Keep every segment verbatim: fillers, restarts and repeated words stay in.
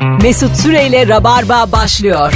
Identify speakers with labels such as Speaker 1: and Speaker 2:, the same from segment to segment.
Speaker 1: Mesut Süreyle Rabarba başlıyor.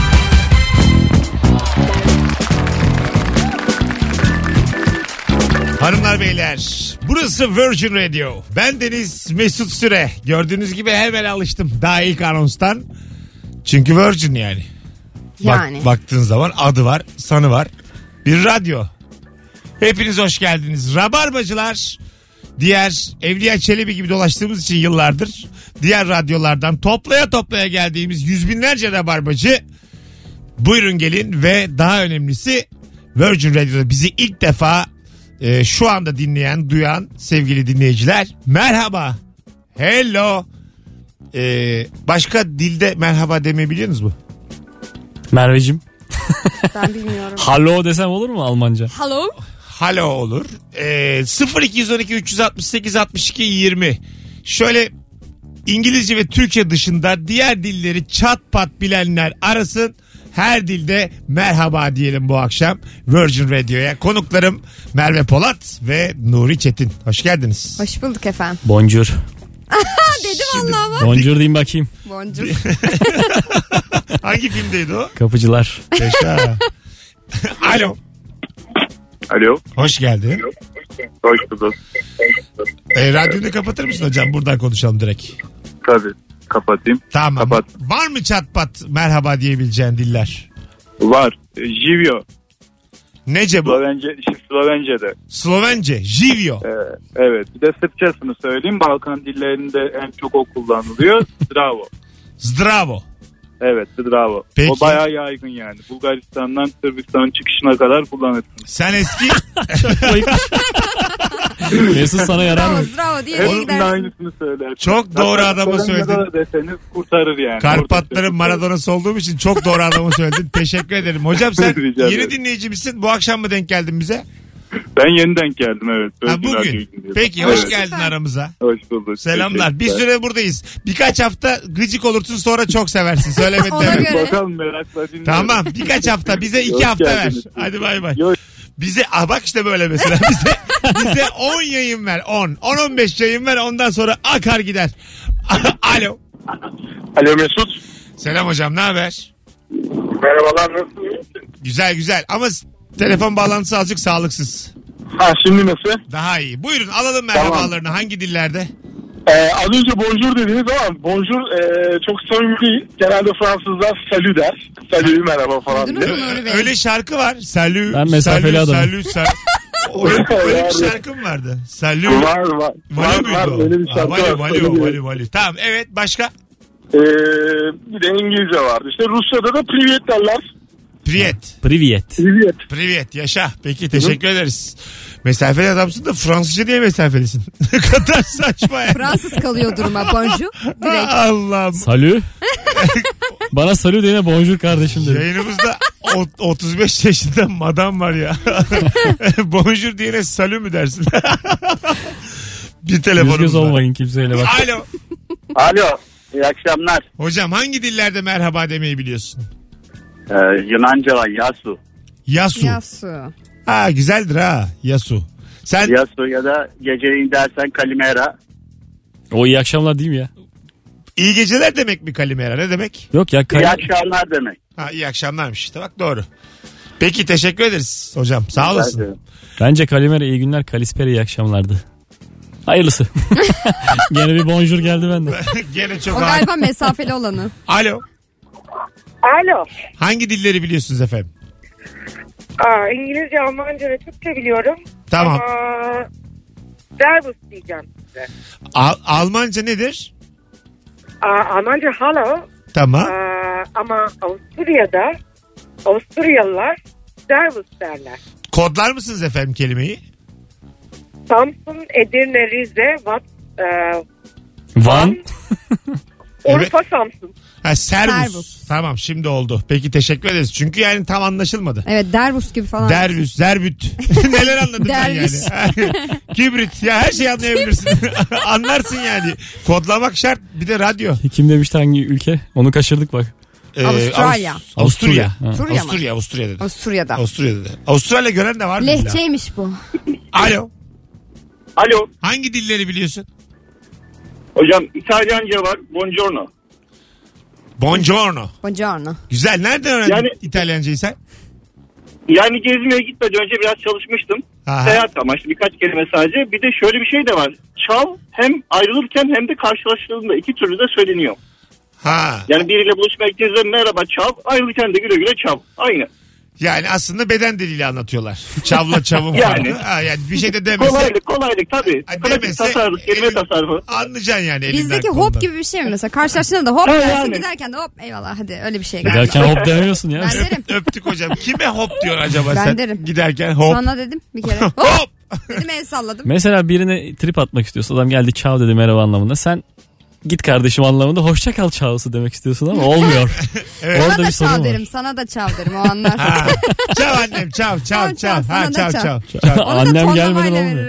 Speaker 2: Hanımlar beyler, burası Virgin Radio. Ben Deniz Mesut Süre. Gördüğünüz gibi hemen alıştım daha ilk anonstan. Çünkü Virgin yani.
Speaker 3: Yani.
Speaker 2: Bak, baktığın zaman adı var, sanı var. Bir radyo. Hepiniz hoş geldiniz. Rabarbacılar, diğer Evliya Çelebi gibi dolaştığımız için yıllardır diğer radyolardan toplaya toplaya geldiğimiz yüz binlerce rabarbacı, buyurun gelin ve daha önemlisi Virgin Radio'da bizi ilk defa e, şu anda dinleyen, duyan sevgili dinleyiciler, merhaba, hello. E, başka dilde merhaba demeyi biliyor musunuz mu?
Speaker 4: Merveciğim.
Speaker 3: Ben bilmiyorum.
Speaker 4: Hallo desem olur mu Almanca?
Speaker 3: Hello.
Speaker 2: Halo olur. Ee, sıfır iki on iki üç altı sekiz altmış iki yirmi. Şöyle İngilizce ve Türkçe dışında diğer dilleri çat pat bilenler arasın. Her dilde merhaba diyelim bu akşam Virgin Radio'ya. Konuklarım Merve Polat ve Nuri Çetin. Hoş geldiniz.
Speaker 3: Hoş bulduk efendim.
Speaker 4: Bonjour.
Speaker 3: Dedim vallahi ama.
Speaker 4: Bonjour diyeyim bakayım.
Speaker 3: Bonjour.
Speaker 2: Hangi filmdeydi o?
Speaker 4: Kapıcılar.
Speaker 2: Yaşa. Alo.
Speaker 5: Alo.
Speaker 2: Hoş geldin.
Speaker 5: Hoş bulduk.
Speaker 2: E, radyonu kapatır mısın hocam? Buradan konuşalım direkt.
Speaker 5: Tabii. Kapatayım.
Speaker 2: Tamam.
Speaker 5: Kapat.
Speaker 2: Var mı çat pat merhaba diyebileceğin diller?
Speaker 5: Var. Živio.
Speaker 2: Nece bu?
Speaker 5: Slovence, Slovence'de.
Speaker 2: Slovence. Živio.
Speaker 5: Ee, evet. Bir de Sırpçasını söyleyeyim. Balkan dillerinde en çok o kullanılıyor. Zdravo.
Speaker 2: Zdravo.
Speaker 5: Evet, Zdravo.
Speaker 2: Peki.
Speaker 5: O bayağı yaygın yani. Bulgaristan'dan Sırbistan'ın çıkışına kadar kullanırsın.
Speaker 2: Sen eski...
Speaker 4: Mesut sana yarar
Speaker 3: Bravo
Speaker 4: mı?
Speaker 3: bravo diye
Speaker 5: Hepsinin
Speaker 3: gidersin.
Speaker 5: aynısını söyler.
Speaker 2: Çok doğru adamı söyledin.
Speaker 5: Slovenca'da deseniz kurtarır yani.
Speaker 2: Karpatların Maradona'sı olduğum için çok doğru adamı söyledin. Teşekkür ederim. Hocam sen
Speaker 5: Rica
Speaker 2: yeni
Speaker 5: ederim.
Speaker 2: dinleyici misin? Bu akşam mı denk geldin bize?
Speaker 5: Ben yeniden geldim evet.
Speaker 2: Ha,
Speaker 5: Virgin Radyo'yu
Speaker 2: bugün.
Speaker 5: dinliyorum.
Speaker 2: Peki hoş
Speaker 5: Evet.
Speaker 2: geldin aramıza.
Speaker 5: Hoş bulduk.
Speaker 2: Selamlar. Bir
Speaker 5: Teşekkürler.
Speaker 2: süre buradayız. Birkaç hafta gıcık olursun, sonra çok seversin. Söylemedim.
Speaker 3: Ona
Speaker 2: demedim.
Speaker 3: göre.
Speaker 5: Bakalım merakla dinliyorum.
Speaker 2: Tamam. Birkaç hafta. Bize iki
Speaker 5: Hoş
Speaker 2: hafta ver.
Speaker 5: geldiniz.
Speaker 2: Hadi bay bay.
Speaker 5: Yok.
Speaker 2: Bize ah bak işte böyle mesela. Bize bize on yayın ver. on. on on beş yayın ver. Ondan sonra akar gider. Alo.
Speaker 5: Alo Mesut.
Speaker 2: Selam hocam. Ne haber?
Speaker 5: Merhabalar, nasılsın?
Speaker 2: Güzel güzel. Ama s- telefon bağlantısı azıcık sağlıksız.
Speaker 5: Ha şimdi nasıl?
Speaker 2: Daha iyi. Buyurun alalım merhabalarını. Hangi dillerde?
Speaker 6: Ee, az önce bonjour dediniz ama bonjour e, çok samimi değil. Genelde Fransızlar salut der. Salut merhaba falan
Speaker 3: Duydunuz
Speaker 6: diye.
Speaker 3: mu Nuri Bey?
Speaker 2: Öyle şarkı var. Salut.
Speaker 4: Ben mesafeli
Speaker 2: salut,
Speaker 4: adamım.
Speaker 2: Salut, salut. Öyle, öyle bir şarkım vardı. Salut.
Speaker 6: Var var.
Speaker 2: Vali
Speaker 6: Var
Speaker 2: muydu
Speaker 6: var
Speaker 2: o?
Speaker 6: öyle bir
Speaker 2: Ha,
Speaker 6: şarkı
Speaker 2: Vali,
Speaker 6: var.
Speaker 2: vali,
Speaker 6: Öyle
Speaker 2: o,
Speaker 6: bir-
Speaker 2: vali, vali. Tamam evet başka?
Speaker 6: Ee, bir de İngilizce vardı. İşte Rusya'da da privyet derler.
Speaker 2: Privet.
Speaker 4: Privyet.
Speaker 6: Privyet.
Speaker 2: Privet yaşa. Peki teşekkür ederiz. Mesafeli adamsın da Fransızca diye mesafelisin. Ne kadar saçma ya.
Speaker 3: Fransız kalıyor duruma. Bonjour. Direkt.
Speaker 2: Allah'ım.
Speaker 4: Salü. Bana salü diyene bonjour kardeşim dedi.
Speaker 2: Yayınımızda o- otuz beş yaşında madam var ya. Bonjour diyene salü mü dersin? Bir
Speaker 4: Yüz
Speaker 2: telefonumuz
Speaker 4: göz
Speaker 2: var.
Speaker 4: olmayın kimseyle bak.
Speaker 2: Alo.
Speaker 5: Alo, iyi akşamlar.
Speaker 2: Hocam hangi dillerde merhaba demeyi biliyorsun?
Speaker 5: Ee, Yunanca var, Yasu.
Speaker 2: Yasu.
Speaker 3: Yasu.
Speaker 2: Ha güzeldir ha. Yasu. Sen
Speaker 5: Yasu ya da geceyin dersen Kalimera.
Speaker 4: O iyi akşamlar değil mi ya?
Speaker 2: iyi geceler demek mi Kalimera? Ne demek?
Speaker 4: Yok ya.
Speaker 5: İyi
Speaker 4: Kal-
Speaker 5: akşamlar demek.
Speaker 2: Ha iyi akşamlarmış işte bak doğru. Peki teşekkür ederiz hocam. Sağ olasın.
Speaker 4: Bence Kalimera iyi günler, Kalispera iyi akşamlardı. Hayırlısı. Gene bir bonjour geldi bende.
Speaker 2: Gene çok
Speaker 3: O
Speaker 2: ağır.
Speaker 3: galiba mesafeli olanı.
Speaker 2: Alo.
Speaker 7: Alo.
Speaker 2: Hangi dilleri biliyorsunuz efendim?
Speaker 7: Aa, İngilizce, Almanca ve Türkçe biliyorum.
Speaker 2: Tamam.
Speaker 7: Ama Servus diyeceğim size.
Speaker 2: Al- Almanca nedir?
Speaker 7: Aa, Almanca hello.
Speaker 2: Tamam.
Speaker 7: Aa, ama Avusturya'da Avusturyalılar Servus derler.
Speaker 2: Kodlar mısınız efendim kelimeyi?
Speaker 7: Samsun, Edirne, Rize, Vat, e,
Speaker 4: Van.
Speaker 2: Evet.
Speaker 7: Urfa, Samsun.
Speaker 2: Ha, servus.
Speaker 3: Servus.
Speaker 2: Tamam şimdi oldu. Peki teşekkür ederiz. Çünkü yani tam anlaşılmadı.
Speaker 3: Evet Dervus gibi falan.
Speaker 2: Dervüs, zerbüt. Neler anladım ben
Speaker 3: Derviş.
Speaker 2: yani. Kibrit. Ya her şeyi anlayabilirsin. Anlarsın yani. Kodlamak şart. Bir de radyo.
Speaker 4: Kim demişti hangi ülke? Onu kaçırdık bak.
Speaker 2: Ee,
Speaker 3: Avustralya.
Speaker 2: Avust- Avusturya.
Speaker 4: Ha.
Speaker 3: Avusturya mı?
Speaker 2: Avusturya, Avusturya dedi.
Speaker 3: Avusturya'da.
Speaker 2: Avusturya dedi. Avustralya gören de var mı? illa?
Speaker 3: Lehçeymiş bu.
Speaker 2: Alo.
Speaker 5: Alo,
Speaker 2: Hangi dilleri biliyorsun?
Speaker 5: hocam İtalyanca var, buongiorno.
Speaker 2: Buongiorno.
Speaker 3: Buongiorno.
Speaker 2: Güzel. Nereden öğrendin
Speaker 6: Yani-
Speaker 2: İtalyancayı sen?
Speaker 6: Yani gezmeye gitmeden önce biraz çalışmıştım.
Speaker 2: Aha.
Speaker 6: Seyahat amaçlı birkaç kelime sadece. Bir de şöyle bir şey de var. Çav hem ayrılırken hem de karşılaştığında iki türlü de söyleniyor.
Speaker 2: Ha.
Speaker 6: Yani biriyle buluşmaya gittiğinizde merhaba çav, ayrılırken de güle güle çav. Aynı.
Speaker 2: Yani aslında beden diliyle anlatıyorlar. Çavla çavun
Speaker 6: Yani.
Speaker 2: farkı. Ha, yani bir şey de demese.
Speaker 6: Kolaylık kolaylık tabii.
Speaker 2: Ha,
Speaker 6: Pratik
Speaker 2: demese
Speaker 6: tasarruf, kelime
Speaker 2: elin-
Speaker 6: tasarrufu.
Speaker 2: Anlayacaksın yani elinden
Speaker 3: Bizdeki hop
Speaker 2: kolundan.
Speaker 3: gibi bir şey mi mesela? Karşılaştığında da hop
Speaker 6: Ha,
Speaker 3: dersin,
Speaker 6: yani.
Speaker 3: giderken de hop eyvallah hadi öyle bir şey galiba.
Speaker 4: Giderken hop demiyorsun ya.
Speaker 3: Ben derim.
Speaker 2: Öptük hocam. Kime hop diyor acaba
Speaker 3: Ben
Speaker 2: sen?
Speaker 3: derim.
Speaker 2: Giderken hop.
Speaker 3: Sana dedim bir kere. Hop
Speaker 2: Hop.
Speaker 3: dedim, el salladım.
Speaker 4: Mesela birine trip atmak istiyorsun. Adam geldi çav dedi merhaba anlamında. Sen git kardeşim anlamında hoşça kal çavsı demek istiyorsun ama olmuyor.
Speaker 2: Evet.
Speaker 4: Orada
Speaker 3: Sana da
Speaker 4: bir sorun
Speaker 3: çav
Speaker 4: var.
Speaker 3: derim, sana da çav derim o anlar.
Speaker 2: Ha. Çav annem çav çav
Speaker 3: Çav,
Speaker 2: çav.
Speaker 3: çav,
Speaker 2: Ha
Speaker 3: sana da
Speaker 2: çav
Speaker 3: çav.
Speaker 2: çav. çav.
Speaker 3: Onu da
Speaker 4: Annem gelmeden
Speaker 3: tonlamayla
Speaker 4: olmuyor.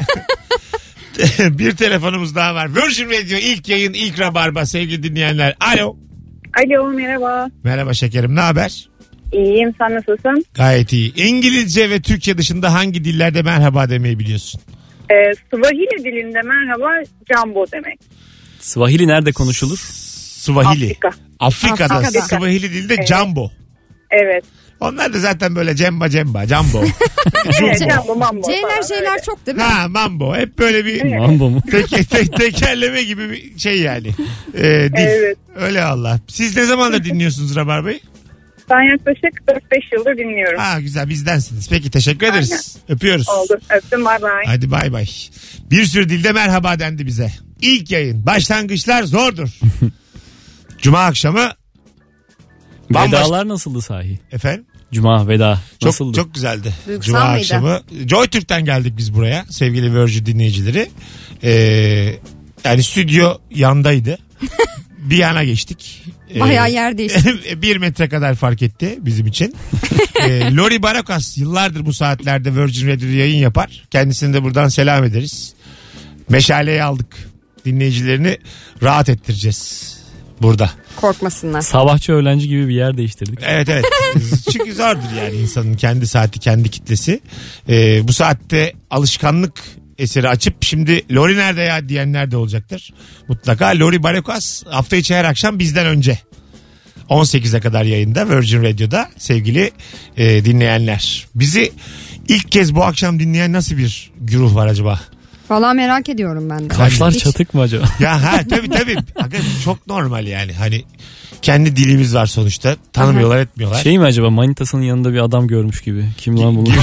Speaker 3: veririm.
Speaker 2: Bir telefonumuz daha var. Virgin Radio ilk yayın ilk rabarba sevgili dinleyenler. Alo.
Speaker 7: Alo merhaba.
Speaker 2: Merhaba şekerim, ne haber?
Speaker 7: İyiyim, sen nasılsın?
Speaker 2: Gayet iyi. İngilizce ve Türkçe dışında hangi dillerde merhaba demeyi biliyorsun?
Speaker 7: Ee, Swahili dilinde merhaba Jumbo demek.
Speaker 4: Swahili nerede konuşulur?
Speaker 2: Swahili.
Speaker 7: Afrika.
Speaker 2: Afrika'da,
Speaker 3: Afrika'da.
Speaker 2: Swahili dilde
Speaker 7: Evet.
Speaker 2: Jumbo.
Speaker 7: Evet.
Speaker 2: Onlar da zaten böyle cemba cemba, jumbo.
Speaker 7: Evet
Speaker 2: Jumbo.
Speaker 7: Jumbo Mambo
Speaker 3: C'ler
Speaker 7: falan,
Speaker 3: şeyler
Speaker 7: öyle.
Speaker 3: çok değil mi?
Speaker 2: Ha mambo. Hep böyle bir
Speaker 4: Mambo mu?
Speaker 2: tek, tek, tekerleme gibi bir şey yani. Ee, dil.
Speaker 7: Evet.
Speaker 2: Öyle Allah. Siz ne zamandır dinliyorsunuz Rabarba'yı?
Speaker 7: Ben yaklaşık dört beş yıldır dinliyorum.
Speaker 2: Ha güzel, bizdensiniz. Peki teşekkür ederiz. Öpüyoruz.
Speaker 7: Oldu. Öptüm, bay bay.
Speaker 2: Hadi bay bay. Bir sürü dilde merhaba dendi bize. İlk yayın. Başlangıçlar zordur. Cuma akşamı bambaşka.
Speaker 4: Vedalar nasıldı sahi?
Speaker 2: Efendim?
Speaker 4: Cuma veda
Speaker 2: Çok
Speaker 4: nasıldı?
Speaker 2: çok güzeldi.
Speaker 3: Duygusal
Speaker 2: Cuma
Speaker 3: mıydı?
Speaker 2: akşamı. Joy Türk'ten geldik biz buraya sevgili Virgin dinleyicileri. Ee, yani stüdyo yandaydı. Bir yana geçtik. Ee,
Speaker 3: Bayağı yer değişti.
Speaker 2: bir metre kadar fark etti bizim için. ee, Lori Barakas yıllardır bu saatlerde Virgin Radio'da yayın yapar. Kendisine de buradan selam ederiz. Meşaleyi aldık. Dinleyicilerini rahat ettireceğiz burada.
Speaker 3: Korkmasınlar.
Speaker 4: Sabahçı öğlenci gibi bir yer değiştirdik.
Speaker 2: Evet evet. Çünkü zordur yani insanın kendi saati, kendi kitlesi. Ee, bu saatte alışkanlık eseri açıp şimdi Lori nerede ya diyenler de olacaktır. Mutlaka Lori Barakas hafta içi her akşam bizden önce. on sekize kadar yayında Virgin Radio'da sevgili e, dinleyenler. Bizi ilk kez bu akşam dinleyen nasıl bir güruh var acaba?
Speaker 3: Vallahi merak ediyorum ben de.
Speaker 4: Kaşlar
Speaker 3: Hiç-
Speaker 4: çatık mı acaba?
Speaker 2: Ya ha tabii tabii. Hakikaten çok normal yani. Hani kendi dilimiz var sonuçta. Tanımıyorlar, etmiyorlar.
Speaker 4: Şey mi acaba manitasının yanında bir adam görmüş gibi. Kim lan bunlar?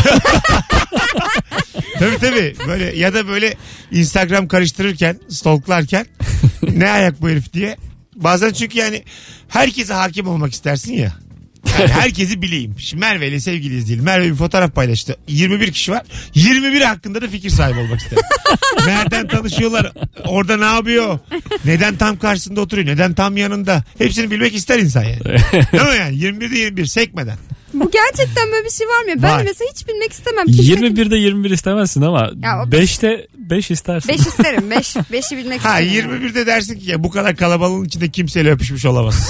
Speaker 2: Tabii tabii. Böyle ya da böyle Instagram karıştırırken, stalklarken ne ayak bu herif diye. Bazen çünkü yani herkese hakim olmak istersin ya. Yani herkesi bileyim. Şimdi Merve ile sevgiliyiz diyelim. Merve bir fotoğraf paylaştı. yirmi bir kişi var. yirmi biri hakkında da fikir sahibi olmak isterim. Nereden tanışıyorlar? Orada ne yapıyor? Neden tam karşısında oturuyor? Neden tam yanında? Hepsini bilmek ister insan yani. Değil mi yani? yirmi birde yirmi bir sekmeden.
Speaker 3: Bu gerçekten böyle bir şey var mı? Ben
Speaker 2: Var.
Speaker 3: de mesela hiç bilmek istemem. Kimse
Speaker 4: yirmi birde yirmi bir istemezsin ama
Speaker 3: Ya o-
Speaker 4: beşte beş istersin.
Speaker 3: beş isterim. beş beşi bilmek
Speaker 2: Ha
Speaker 3: isterim.
Speaker 2: yirmi birde dersin ki ya bu kadar kalabalığın içinde kimseyle öpüşmüş olamaz.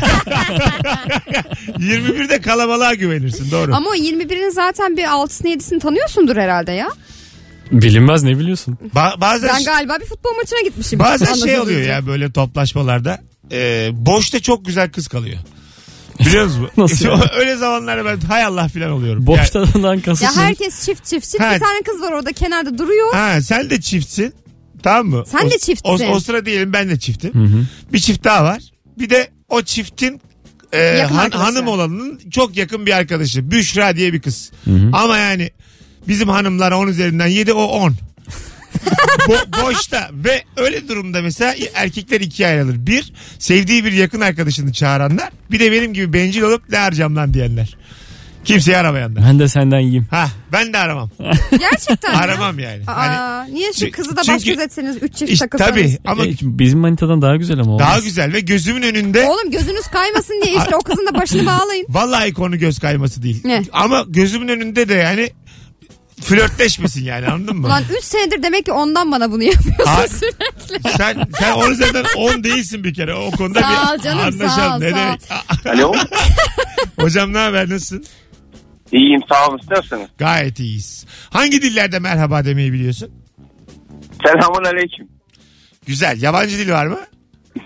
Speaker 2: yirmi birde kalabalığa güvenirsin, doğru.
Speaker 3: Ama o yirmi birin zaten bir altısını yedisini tanıyorsundur herhalde ya.
Speaker 4: Bilinmez ne biliyorsun?
Speaker 2: Ba- bazen
Speaker 3: Ben galiba bir futbol maçına gitmişim.
Speaker 2: bazen şey
Speaker 3: Anladığınız
Speaker 2: oluyor
Speaker 3: gibi.
Speaker 2: ya böyle toplaşmalarda. E, boşta çok güzel kız kalıyor. Biliyor musunuz?
Speaker 4: Nasıl yani?
Speaker 2: Öyle zamanlarda ben hay Allah filan oluyorum.
Speaker 4: Boştadan kasıt.
Speaker 3: Ya herkes çift çift çift.
Speaker 2: Ha.
Speaker 3: Bir tane kız var orada kenarda duruyor.
Speaker 2: Ha, sen de çiftsin. Tamam mı?
Speaker 3: Sen
Speaker 2: O-
Speaker 3: de çiftsin.
Speaker 2: O, o sıra diyelim ben de çiftim.
Speaker 4: Hı hı.
Speaker 2: Bir çift daha var. Bir de o çiftin e,
Speaker 3: Yakın
Speaker 2: han-
Speaker 3: arkadaşı.
Speaker 2: hanım olanının çok yakın bir arkadaşı. Büşra diye bir kız.
Speaker 4: Hı hı.
Speaker 2: Ama yani bizim hanımlar on üzerinden yedi, o on. Bo- boşta ve öyle durumda mesela erkekler ikiye ayrılır. Bir, sevdiği bir yakın arkadaşını çağıranlar. Bir de benim gibi bencil olup ne arayacağım lan diyenler. Kimseyi aramayanlar.
Speaker 4: Ben de senden yiyeyim.
Speaker 2: Ha, ben de aramam.
Speaker 3: Gerçekten ya.
Speaker 2: Aramam yani.
Speaker 3: Aa,
Speaker 2: Hani,
Speaker 3: niye şu
Speaker 2: Çü-
Speaker 3: kızı da baş
Speaker 2: çünkü-
Speaker 3: göz etseniz üç çift
Speaker 2: işte,
Speaker 3: takılsanız.
Speaker 2: tabii ama
Speaker 4: E, bizim manitadan daha güzel ama olmaz.
Speaker 2: daha güzel ve gözümün önünde.
Speaker 3: Oğlum gözünüz kaymasın diye işte o kızın da başını bağlayın.
Speaker 2: Vallahi konu göz kayması değil.
Speaker 3: Ne?
Speaker 2: Ama gözümün önünde de yani flörtleşmesin yani, anladın mı?
Speaker 3: Ulan üç senedir demek ki ondan bana bunu yapıyorsun
Speaker 2: Ha-
Speaker 3: sürekli.
Speaker 2: sen sen on üzerinden on değilsin bir kere. O konuda
Speaker 3: Sağ
Speaker 2: bir
Speaker 3: ol canım,
Speaker 2: anlaşalım.
Speaker 3: sağ ol,
Speaker 2: Ne
Speaker 3: sağ
Speaker 2: demek?
Speaker 6: Alo.
Speaker 2: Hocam ne haber, nasılsın?
Speaker 6: İyiyim, sağ olun. Nasılsınız?
Speaker 2: Gayet iyiyiz. Hangi dillerde merhaba demeyi biliyorsun?
Speaker 6: Selamun aleyküm.
Speaker 2: Güzel. Yabancı dil var mı?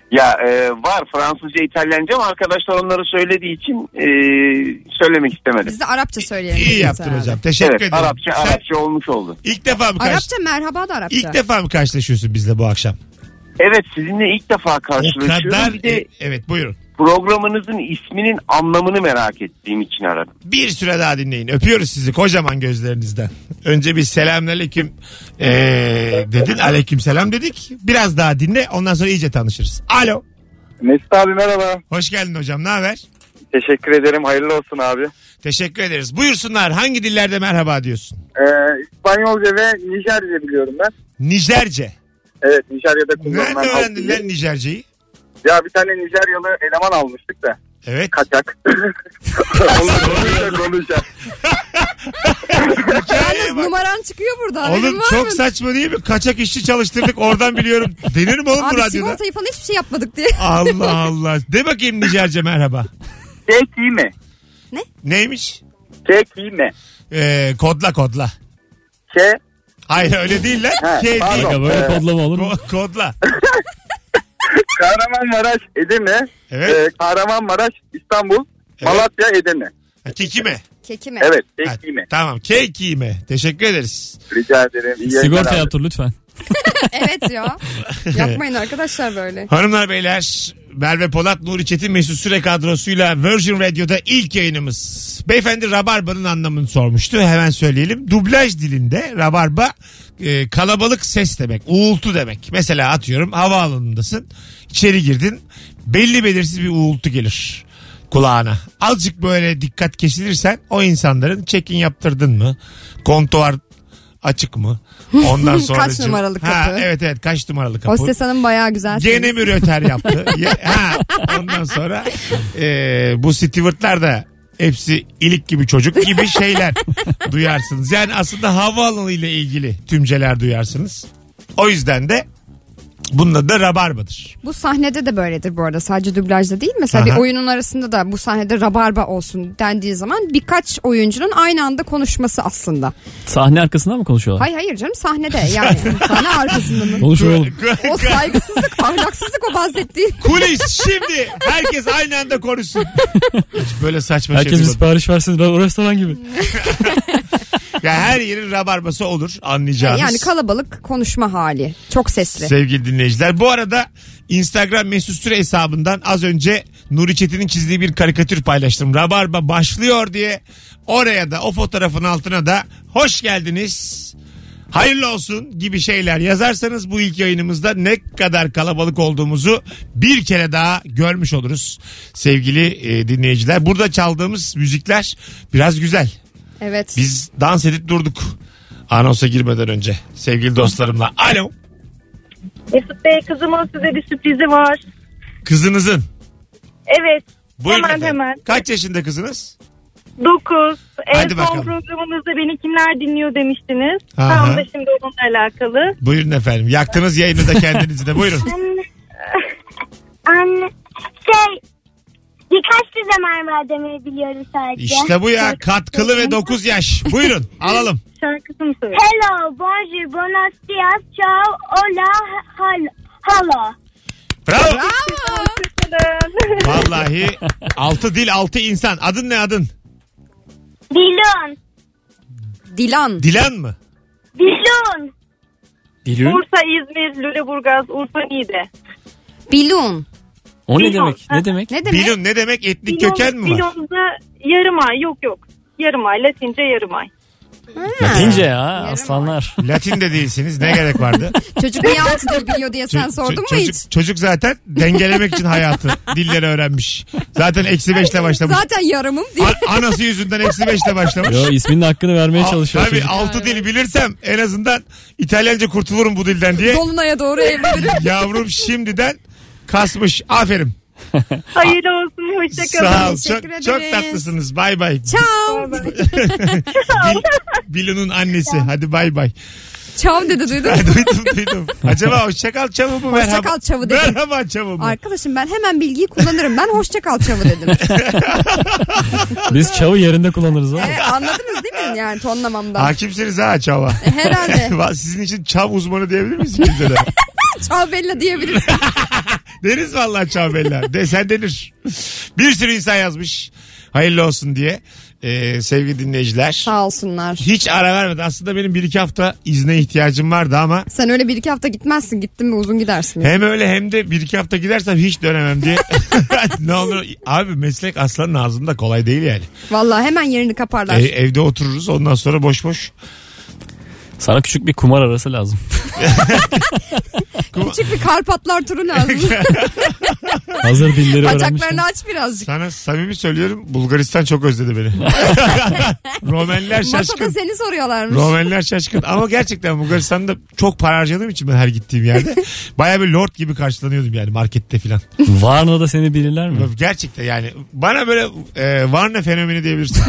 Speaker 8: Ya e, var Fransızca, İtalyanca ama arkadaşlar onları söylediği için e, söylemek istemedim.
Speaker 3: Biz de Arapça söyleyelim.
Speaker 2: İyi yaptın
Speaker 3: herhalde.
Speaker 2: hocam. Teşekkür
Speaker 8: Evet,
Speaker 2: ederim.
Speaker 8: Arapça,
Speaker 2: Sen
Speaker 8: Arapça olmuş oldu.
Speaker 2: ilk defa mı karşı...
Speaker 3: Arapça merhaba da Arapça.
Speaker 2: İlk defa mı karşılaşıyorsun bizle bu akşam?
Speaker 8: Evet, sizinle ilk defa
Speaker 2: O
Speaker 8: karşılaşıyorum.
Speaker 2: kadar...
Speaker 8: Bir de
Speaker 2: Evet buyurun.
Speaker 8: programınızın isminin anlamını merak ettiğim için aradım.
Speaker 2: Bir süre daha dinleyin. Öpüyoruz sizi kocaman gözlerinizden. Önce bir selamünaleyküm ee, dedin. Aleykümselam dedik. Biraz daha dinle. Ondan sonra iyice tanışırız. Alo.
Speaker 6: Mesut abi merhaba.
Speaker 2: Hoş geldin hocam. Ne haber?
Speaker 6: Teşekkür ederim. Hayırlı olsun abi.
Speaker 2: Teşekkür ederiz. Buyursunlar. Hangi dillerde merhaba diyorsun?
Speaker 6: Ee, İspanyolca ve Nijerce biliyorum ben.
Speaker 2: Nijerce.
Speaker 6: Evet, Nijerya'da kullanılan
Speaker 2: Nerede
Speaker 6: halk
Speaker 2: öğrendin
Speaker 6: dili.
Speaker 2: lan Nijerceyi?
Speaker 6: Ya bir tane Nijeryalı eleman almıştık da.
Speaker 2: Evet.
Speaker 6: Kaçak. Onunla konuşa konuşa.
Speaker 2: Hikayeye bak.
Speaker 3: Numaran çıkıyor burada. haberin
Speaker 2: Oğlum
Speaker 3: var
Speaker 2: çok
Speaker 3: mı?
Speaker 2: saçma değil mi? Kaçak işçi çalıştırdık oradan biliyorum. Denir mi oğlum bu
Speaker 3: Abi
Speaker 2: radyoda?
Speaker 3: sigortayı falan hiçbir şey yapmadık diye.
Speaker 2: Allah Allah. De bakayım Nijerce merhaba.
Speaker 6: Kekime.
Speaker 2: Neymiş?
Speaker 6: Kekime.
Speaker 2: Ee, kodla kodla.
Speaker 6: Ke.
Speaker 2: Hayır öyle değil lan.
Speaker 6: Ha,
Speaker 2: K değil.
Speaker 6: pardon.
Speaker 4: Aga böyle
Speaker 6: Ee,
Speaker 4: kodlama olur mu?
Speaker 2: Ko- kodla.
Speaker 6: Kahramanmaraş, Edirne.
Speaker 2: Evet.
Speaker 6: Ee, Kahramanmaraş, İstanbul.
Speaker 2: Evet.
Speaker 6: Malatya, Edirne.
Speaker 2: Ha, Kekime.
Speaker 3: Keki mi?
Speaker 6: Evet,
Speaker 2: Ha,
Speaker 6: Kekime.
Speaker 2: tamam. Kekime. Teşekkür ederiz.
Speaker 6: Rica ederim. İyi
Speaker 4: Sigorta
Speaker 6: yayınlar abi.
Speaker 4: yaptır lütfen.
Speaker 3: Evet ya. Yapmayın arkadaşlar böyle.
Speaker 2: Hanımlar beyler Merve Polat, Nuri Çetin, Mesut Süre kadrosuyla Virgin Radio'da ilk yayınımız. Beyefendi Rabarba'nın anlamını sormuştu. Hemen söyleyelim. Dublaj dilinde Rabarba e, kalabalık ses demek. Uğultu demek. Mesela atıyorum havaalanındasın. İçeri girdin. Belli belirsiz bir uğultu gelir kulağına. Azıcık böyle dikkat kesilirsen o insanların check-in yaptırdın mı? Kontuar açık mı? Ondan sonra
Speaker 3: Kaç numaralı kapı?
Speaker 2: Ha, evet evet kaç numaralı kapı?
Speaker 3: Hostes hanım bayağı güzel.
Speaker 2: Gene mi röter yaptı? Ya- ha, ondan sonra e, bu stewardlar da hepsi ilik gibi çocuk gibi şeyler duyarsınız. Yani aslında havaalanı ile ilgili tümceler duyarsınız. O yüzden de bunun adı da Rabarba'dır.
Speaker 3: Bu sahnede de böyledir bu arada. Sadece dublajda değil. Mesela
Speaker 2: Aha.
Speaker 3: bir oyunun arasında da bu sahnede rabarba olsun dendiği zaman birkaç oyuncunun aynı anda konuşması aslında.
Speaker 4: Sahne arkasından mı konuşuyorlar?
Speaker 3: Hayır hayır canım sahnede yani sahne arkasında mı?
Speaker 4: Konuşuyor oğlum.
Speaker 3: O saygısızlık, ahlaksızlık o bahsettiğin.
Speaker 2: Kulis şimdi herkes aynı anda konuşsun. Hiç böyle saçma
Speaker 4: Herkes
Speaker 2: şey
Speaker 4: bir
Speaker 2: duymadım.
Speaker 4: sipariş versin re- restoran gibi.
Speaker 2: Yani her yerin rabarbası olur anlayacağınız.
Speaker 3: Yani kalabalık konuşma hali. Çok sesli.
Speaker 2: Sevgili dinleyiciler. Bu arada Instagram Mesut Süre hesabından az önce Nuri Çetin'in çizdiği bir karikatür paylaştım. Rabarba başlıyor diye. Oraya da o fotoğrafın altına da hoş geldiniz, hayırlı olsun gibi şeyler yazarsanız bu ilk yayınımızda ne kadar kalabalık olduğumuzu bir kere daha görmüş oluruz sevgili e, dinleyiciler. Burada çaldığımız müzikler biraz güzel.
Speaker 3: Evet.
Speaker 2: Biz dans edip durduk anonsa girmeden önce sevgili dostlarımla. Alo.
Speaker 7: Mesut Bey, kızımın size bir sürprizi var.
Speaker 2: Kızınızın.
Speaker 7: Evet.
Speaker 2: Buyurun
Speaker 7: hemen
Speaker 2: efendim.
Speaker 7: hemen.
Speaker 2: Kaç yaşında kızınız?
Speaker 7: dokuz. En
Speaker 2: Hadi
Speaker 7: son
Speaker 2: bakalım.
Speaker 7: programınızda beni kimler dinliyor demiştiniz.
Speaker 2: Aha.
Speaker 7: Tam da şimdi onunla alakalı.
Speaker 2: Buyurun efendim. Yaktınız yayını da kendinizi de. Buyurun.
Speaker 9: Anne, anne, şey, birkaç dize mermer demeyi biliyorum sadece.
Speaker 2: İşte bu ya. Katkılı ve dokuz yaş. Buyurun. Alalım.
Speaker 7: Şarkısını söyle.
Speaker 9: Hello, bonjour, buenos dias, ciao, hola, hal, hello.
Speaker 2: Bravo.
Speaker 3: Bravo.
Speaker 2: Vallahi altı dil altı insan. Adın ne adın?
Speaker 9: Dilun,
Speaker 3: Dilan.
Speaker 2: Dilan mı?
Speaker 9: Dilun,
Speaker 4: Dilün.
Speaker 7: Bursa, İzmir, Lüleburgaz, Urfa, Niğde.
Speaker 3: Bilun.
Speaker 4: O ne
Speaker 7: Bilun.
Speaker 4: demek?
Speaker 7: Ha.
Speaker 4: Ne demek?
Speaker 3: Ne demek?
Speaker 2: Bilun ne demek? Etnik
Speaker 7: Bilon-
Speaker 2: köken mi var?
Speaker 7: Bilon'da yarım ay. Yok yok. Yarım ay. Latince yarım ay.
Speaker 4: Latince ya
Speaker 3: Yarım
Speaker 4: aslanlar.
Speaker 2: Latin de değilsiniz. Ne gerek vardı?
Speaker 3: Çocuk niye altı dil biliyor diye sen
Speaker 2: Ço-
Speaker 3: sordun
Speaker 2: ço-
Speaker 3: mu
Speaker 2: çocuk,
Speaker 3: hiç?
Speaker 2: Çocuk zaten dengelemek için hayatı dilleri öğrenmiş. Zaten eksi beşle başlamış.
Speaker 3: Zaten yarımım diye.
Speaker 2: A- anası yüzünden eksi beşle başlamış.
Speaker 4: Yo isminin hakkını vermeye
Speaker 2: Al-
Speaker 4: çalışıyor
Speaker 2: Tabii
Speaker 4: çocuk.
Speaker 2: altı dili bilirsem en azından İtalyanca kurtulurum bu dilden diye.
Speaker 3: Dolunay'a doğru evlenirim.
Speaker 2: Yavrum şimdiden kasmış. Aferin.
Speaker 7: Hayırlı olsun. Hoşçakalın.
Speaker 2: Sağ ol.
Speaker 3: Teşekkür
Speaker 2: Çok, çok
Speaker 3: ederiz.
Speaker 2: tatlısınız. Bay bay.
Speaker 3: Çao.
Speaker 2: Bil, Bilun'un annesi. Hadi bay bay.
Speaker 3: Çao dedi duydun.
Speaker 2: duydum duydum. Acaba hoşçakal çavı mu? Merhaba.
Speaker 3: Hoşçakal çavı dedim.
Speaker 2: Merhaba çavı mu?
Speaker 3: Arkadaşım ben hemen bilgiyi kullanırım. Ben hoşça kal çavı dedim.
Speaker 4: Biz çavı yerinde kullanırız ama.
Speaker 3: E, anladınız değil mi yani tonlamamdan?
Speaker 2: Hakimsiniz ha çava.
Speaker 3: E, herhalde.
Speaker 2: Sizin için çav uzmanı diyebilir miyiz bize de?
Speaker 3: Çao Bella diyebilirsin.
Speaker 2: Deriz vallahi ciao Bella. De, sen denir. Bir sürü insan yazmış. Hayırlı olsun diye. Ee, sevgili dinleyiciler.
Speaker 3: Sağ olsunlar.
Speaker 2: Hiç ara vermedi. Aslında benim bir iki hafta izne ihtiyacım vardı ama.
Speaker 3: Sen öyle bir iki hafta gitmezsin. Gittin mi uzun gidersin.
Speaker 2: Hem öyle hem de bir iki hafta gidersem hiç dönemem diye. Ne olur. Abi meslek aslanın ağzında, kolay değil yani.
Speaker 3: Vallahi hemen yerini kaparlar.
Speaker 2: E, evde otururuz, ondan sonra boş boş.
Speaker 4: Sana küçük bir kumar arası lazım.
Speaker 3: Küçük bir Karpatlar turu lazım.
Speaker 4: Hazır dilleri öğrenmişim.
Speaker 3: Bacaklarını aç birazcık.
Speaker 2: Sana samimi söylüyorum, Bulgaristan çok özledi beni. Romenler şaşkın.
Speaker 3: Masada seni soruyorlarmış.
Speaker 2: Romenler şaşkın. Ama gerçekten Bulgaristan'da çok para harcadığım için ben her gittiğim yerde baya bir lord gibi karşılanıyordum yani markette filan.
Speaker 4: Varna'da seni bilirler mi?
Speaker 2: Gerçekten yani bana böyle e, Varna fenomeni diyebilirsin.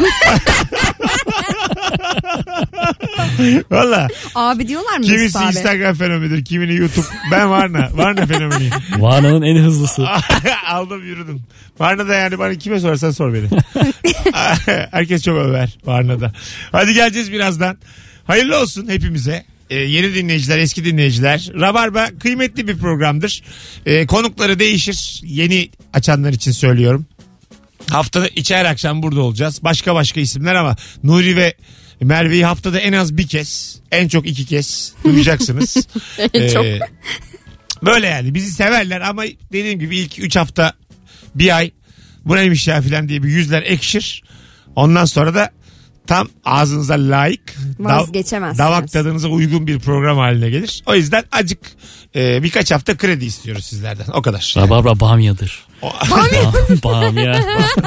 Speaker 2: Valla.
Speaker 3: Abi diyorlar mı?
Speaker 2: Kimisi
Speaker 3: abi?
Speaker 2: Instagram fenomenidir, kimini YouTube. Ben Varna. Varna fenomeni.
Speaker 4: Varna'nın en hızlısı.
Speaker 2: Aldım yürüdüm. Varna'da yani bana kime sorarsan sor beni. Herkes çok över Varna'da. Hadi geleceğiz birazdan. Hayırlı olsun hepimize. Ee, yeni dinleyiciler, eski dinleyiciler. Rabarba kıymetli bir programdır. Ee, konukları değişir. Yeni açanlar için söylüyorum. Haftada içi her akşam burada olacağız. Başka başka isimler ama Nuri ve Merve'yi haftada en az bir kez, en çok iki kez duyacaksınız.
Speaker 3: En çok.
Speaker 2: Ee, böyle yani bizi severler ama dediğim gibi ilk üç hafta, bir ay bu neymiş ya filan diye bir yüzler ekşir. Ondan sonra da tam ağzınıza layık,
Speaker 3: vazgeçemezsiniz.
Speaker 2: Damak tadınıza uygun bir program haline gelir. O yüzden acık e, birkaç hafta kredi istiyoruz sizlerden. O kadar.
Speaker 4: Rabarbra bamyadır.
Speaker 3: Bamya.
Speaker 4: Bamya.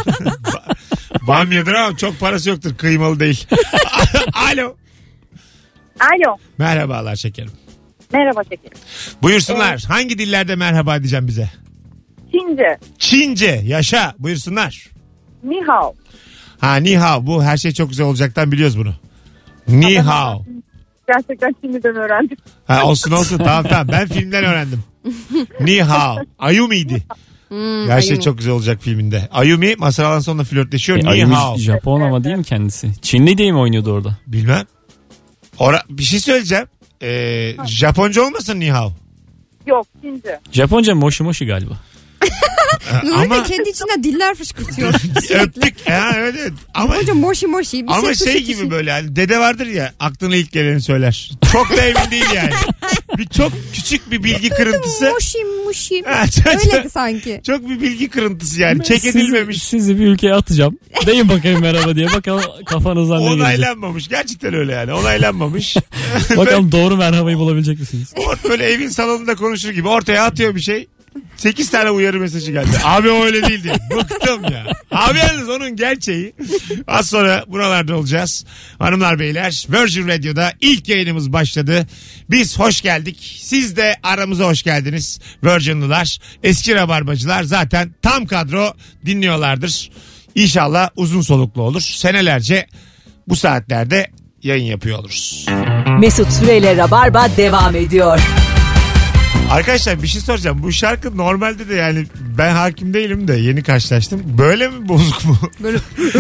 Speaker 2: Bamyadır ama çok parası yoktur. Kıymalı değil. Alo.
Speaker 7: Alo.
Speaker 2: Merhabalar şekerim.
Speaker 7: Merhaba şekerim.
Speaker 2: Buyursunlar.
Speaker 7: Evet.
Speaker 2: Hangi dillerde merhaba diyeceğim bize?
Speaker 7: Çince.
Speaker 2: Çince. Yaşa. Buyursunlar.
Speaker 7: Ni hao.
Speaker 2: Ha ni hao. Bu her şey çok güzel olacaktan biliyoruz bunu. Ni hao.
Speaker 7: Gerçekten Çince'den öğrendim.
Speaker 2: Ha, olsun olsun. Tamam tamam. Ben filmden öğrendim. Ni hao. Ayumi'ydi.
Speaker 3: Hmm,
Speaker 2: her şey
Speaker 3: Ayumi.
Speaker 2: çok güzel olacak filminde. Ayumi Mazhar Alanson'la flörtleşiyor.
Speaker 4: E,
Speaker 2: Ni
Speaker 4: Ayumi
Speaker 2: hao.
Speaker 4: Japon ama değil mi kendisi? Çinli diye mi oynuyordu orada?
Speaker 2: Bilmem. Ora bir şey söyleyeceğim. Ee, Japonca olmasın ni hao?
Speaker 7: Yok Çince.
Speaker 4: Japonca moshi moshi galiba.
Speaker 3: Nuri
Speaker 2: Ama
Speaker 3: de kendi içinden diller fışkırtıyor.
Speaker 2: öptük. Ha, evet evet. Ama
Speaker 3: Hocam moşi moşi. Bir
Speaker 2: ama
Speaker 3: şey,
Speaker 2: şey
Speaker 3: tuşu
Speaker 2: gibi
Speaker 3: tuşu.
Speaker 2: böyle hani dede vardır ya, aklına ilk geleni söyler. Çok da emin değil yani. Bir çok küçük bir bilgi kırıntısı.
Speaker 3: Moşi moşi.
Speaker 2: Ha, çok-
Speaker 3: Öyle sanki.
Speaker 2: Çok bir bilgi kırıntısı yani. Çek edilmemiş.
Speaker 4: Sizi, sizi bir ülkeye atacağım. Deyin bakayım merhaba diye. Bakalım kafanızdan ne gelecek.
Speaker 2: Onaylanmamış. Gerçekten öyle yani. Onaylanmamış.
Speaker 4: Bakalım doğru merhabayı bulabilecek misiniz?
Speaker 2: Or- böyle evin salonunda konuşur gibi ortaya atıyor bir şey. sekiz tane uyarı mesajı geldi. Abi o öyle değil diye. Bıktım ya. Abi yalnız onun gerçeği. Az sonra buralarda olacağız. Hanımlar beyler, Virgin Radio'da ilk yayınımız başladı. Biz hoş geldik. Siz de aramıza hoş geldiniz. Virgin'lılar, eski rabarbacılar zaten tam kadro dinliyorlardır. İnşallah uzun soluklu olur. Senelerce bu saatlerde yayın yapıyor oluruz.
Speaker 1: Mesut Süreyle Rabarba devam ediyor.
Speaker 2: Arkadaşlar bir şey soracağım. Bu şarkı normalde de yani ben hakim değilim de yeni karşılaştım. Böyle mi bozuk mu?
Speaker 3: Böyle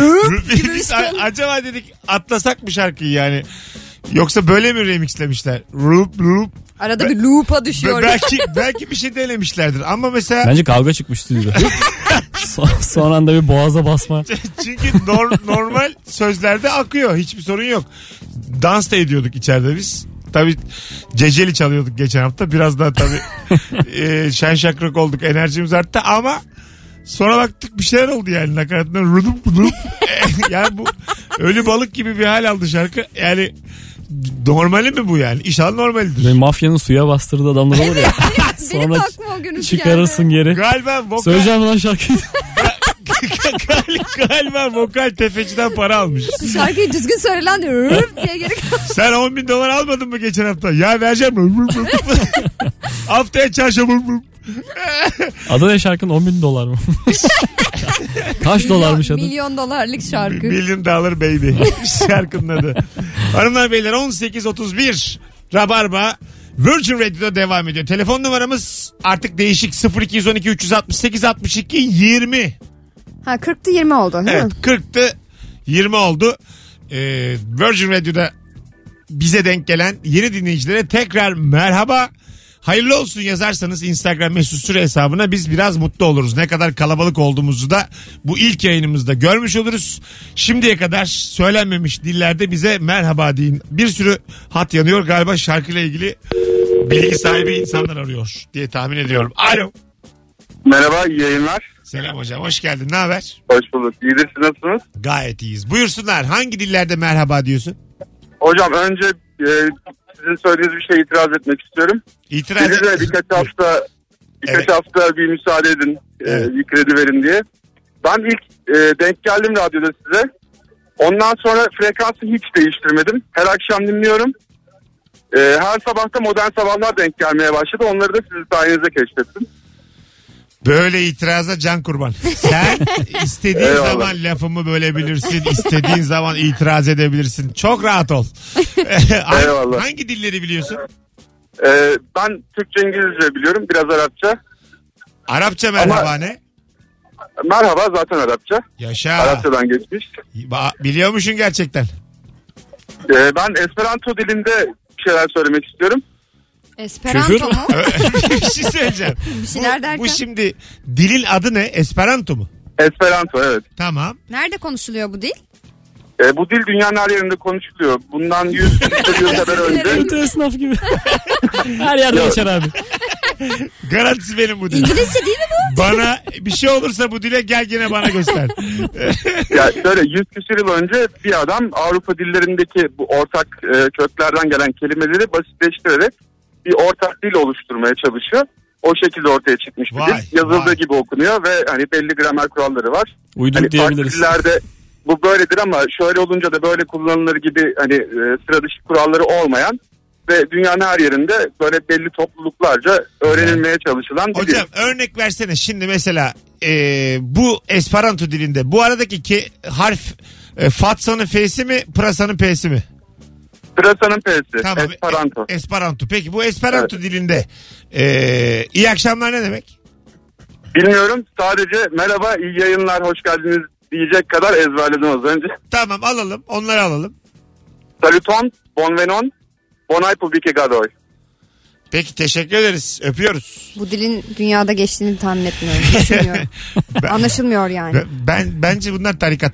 Speaker 2: Biz a- acaba dedik atlasak mı şarkıyı yani? Yoksa böyle mi remixlemişler? Rup rup.
Speaker 3: arada bir loop'a
Speaker 2: Be-
Speaker 3: düşüyor.
Speaker 2: belki belki bir şey denemişlerdir ama mesela
Speaker 4: Bence kavga çıkmış stüdyoda. son, son anda bir boğaza basma.
Speaker 2: çünkü nor- normal sözlerde akıyor. Hiçbir sorun yok. Dans da ediyorduk içeride biz. Tabii Ceceli çalıyorduk geçen hafta. Biraz daha tabii e, şen şakrak olduk. Enerjimiz arttı ama sonra baktık bir şeyler oldu yani. Nakaratından rudum rudum. Yani bu ölü balık gibi bir hal aldı şarkı. Yani normali mi bu yani? İnşallah normalidir.
Speaker 4: Böyle mafyanın suya bastırdığı adamlar olur ya.
Speaker 3: Benim de
Speaker 4: Sonra
Speaker 3: aklıma o görüntü
Speaker 4: çıkarırsın
Speaker 3: geldi.
Speaker 4: geri.
Speaker 2: Galiba vokal,
Speaker 4: Söyleyeceğim lan şarkıyı.
Speaker 2: gal- galiba vokal tefeciden para almış.
Speaker 3: Bu şarkıyı düzgün söyle lan diyor. Rıp diye geri kalıyor.
Speaker 2: Sen on bin dolar almadın mı geçen hafta? Ya vereceğim. Haftaya çarşamba.
Speaker 4: Adı ne şarkının on bin dolar mı? Kaç dolarmış adı?
Speaker 3: Milyon dolarlık şarkı.
Speaker 2: Million Dollar Baby. Şarkının adı. Hanımlar beyler on sekiz otuz bir Rabarba Virgin Radio'da devam ediyor. Telefon numaramız artık değişik. sıfır iki on iki üç altı sekiz altmış iki yirmi.
Speaker 3: Ha kırktı yirmi oldu değil
Speaker 2: Evet
Speaker 3: mi?
Speaker 2: kırktı yirmi oldu. Ee, Virgin Radio'da bize denk gelen yeni dinleyicilere tekrar merhaba. Hayırlı olsun yazarsanız Instagram Mesut Süre hesabına biz biraz mutlu oluruz. Ne kadar kalabalık olduğumuzu da bu ilk yayınımızda görmüş oluruz. Şimdiye kadar söylenmemiş dillerde bize merhaba deyin. Bir sürü hat yanıyor galiba, şarkıyla ilgili bilgi sahibi insanlar arıyor diye tahmin ediyorum. Alo.
Speaker 6: Merhaba, iyi yayınlar.
Speaker 2: Selam hocam, hoş geldin. Ne haber?
Speaker 6: Hoş bulduk. İyidir, siz nasılsınız?
Speaker 2: Gayet iyiyiz. Buyursunlar. Hangi dillerde merhaba diyorsun?
Speaker 6: Hocam önce e, sizin söylediğiniz bir şeye itiraz etmek istiyorum.
Speaker 2: İtiraz
Speaker 6: Size
Speaker 2: et.
Speaker 6: birkaç hafta birkaç
Speaker 2: Evet.
Speaker 6: hafta bir müsaade edin,
Speaker 2: Evet.
Speaker 6: e, bir kredi verin diye. Ben ilk e, denk geldim radyoda size. Ondan sonra frekansı hiç değiştirmedim. Her akşam dinliyorum. E, her sabah da modern sabahlar denk gelmeye başladı. Onları da sizin sayenizde keşfettim.
Speaker 2: Böyle itiraza can kurban. Sen istediğin
Speaker 6: Eyvallah.
Speaker 2: zaman lafımı bölebilirsin. İstediğin zaman itiraz edebilirsin. Çok rahat ol.
Speaker 6: Eyvallah.
Speaker 2: Hangi dilleri biliyorsun?
Speaker 6: E, ben Türkçe, İngilizce biliyorum. Biraz Arapça.
Speaker 2: Arapça merhaba
Speaker 6: Ama-
Speaker 2: ne?
Speaker 6: Merhaba zaten Arapça.
Speaker 2: Yaşa.
Speaker 6: Arapçadan geçmiş.
Speaker 2: Ba- Biliyormuşsun gerçekten.
Speaker 6: E, ben Esperanto dilinde bir şeyler söylemek istiyorum.
Speaker 3: Esperanto
Speaker 4: Küfür.
Speaker 3: mu?
Speaker 2: bir şey söyleyeceğim.
Speaker 3: Bir şeyler
Speaker 2: bu,
Speaker 3: derken?
Speaker 2: bu şimdi dilin adı ne? Esperanto mu?
Speaker 6: Esperanto, evet.
Speaker 2: Tamam.
Speaker 3: Nerede konuşuluyor bu dil?
Speaker 6: E, bu dil dünyanın her yerinde konuşuluyor. Bundan yüz yıl kadar önce.
Speaker 4: Kötü esnaf gibi. Her yerde
Speaker 6: Yok.
Speaker 4: geçer abi.
Speaker 2: Garantisi benim bu dil.
Speaker 3: İngilizce değil mi bu?
Speaker 2: Bana bir şey olursa bu dile gel gene bana göster.
Speaker 6: Ya şöyle yüz küsur yıl önce bir adam Avrupa dillerindeki bu ortak e, köklerden gelen kelimeleri basitleştirerek bir ortak dil oluşturmaya çalışıyor. O şekilde ortaya çıkmış bir
Speaker 2: Vay,
Speaker 6: dil. Yazıldığı
Speaker 2: vay.
Speaker 6: gibi okunuyor ve hani belli gramer kuralları var.
Speaker 4: Uyduruk
Speaker 6: Hani farklı
Speaker 4: diyebiliriz.
Speaker 6: dillerde bu böyledir ama şöyle olunca da böyle kullanılır gibi hani e, sıra dışı kuralları olmayan ve dünyanın her yerinde böyle belli topluluklarca öğrenilmeye çalışılan bir dil.
Speaker 2: Hocam örnek versene şimdi mesela e, bu Esperanto dilinde bu aradaki ki harf e, Fatsa'nın F'si mi Pırasa'nın P'si mi?
Speaker 6: Pırasa'nın P'si.
Speaker 2: Tamam.
Speaker 6: Esperanto.
Speaker 2: E- Esperanto. Peki bu Esperanto dilinde e, iyi akşamlar ne demek?
Speaker 6: Bilmiyorum. Sadece merhaba, iyi yayınlar, hoş geldiniz diyecek kadar ezberledim az önce.
Speaker 2: Tamam alalım onları alalım.
Speaker 6: Saluton, bonvenon, bonai publike gadoy.
Speaker 2: Peki teşekkür ederiz. Öpüyoruz.
Speaker 3: Bu dilin dünyada geçtiğini tahmin etmiyorum. Düşünmüyorum.
Speaker 2: Ben,
Speaker 3: Anlaşılmıyor yani.
Speaker 2: ben, ben bence bunlar tarikat.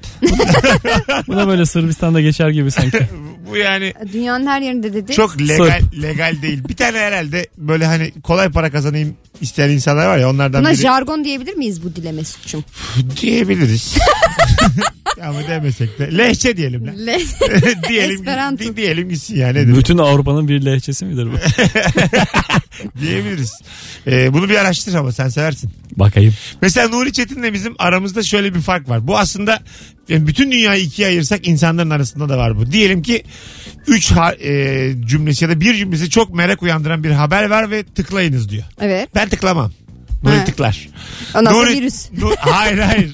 Speaker 4: Bu da böyle Sırbistan'da geçer gibi sanki.
Speaker 2: Bu yani
Speaker 3: Dünyanın her yerinde dedi.
Speaker 2: çok legal legal değil. Bir tane herhalde böyle hani kolay para kazanayım isteyen insanlar var ya onlardan
Speaker 3: Buna
Speaker 2: biri
Speaker 3: jargon diyebilir miyiz bu dile Mesut'cum?
Speaker 2: diyebiliriz. Ama demesek de lehçe diyelim lan.
Speaker 3: Le-
Speaker 2: diyelim
Speaker 3: Esperanto.
Speaker 2: di- diyelim gitsin yani. Nedir?
Speaker 4: Bütün Avrupa'nın bir lehçesi midir bu?
Speaker 2: Diyebiliriz. Ee, bunu bir araştır ama sen seversin.
Speaker 4: Bakayım.
Speaker 2: Mesela Nuri Çetin'le bizim aramızda şöyle bir fark var. Bu aslında yani bütün dünyayı ikiye ayırsak insanların arasında da var bu. Diyelim ki üç ha- e, cümlesi ya da bir cümlesi çok merak uyandıran bir haber var ve tıklayınız diyor.
Speaker 3: Evet.
Speaker 2: Ben tıklamam. Nuri
Speaker 3: Ha.
Speaker 2: tıklar.
Speaker 3: Ondan sonra
Speaker 2: Nuri-
Speaker 3: virüs.
Speaker 2: Nu- hayır hayır.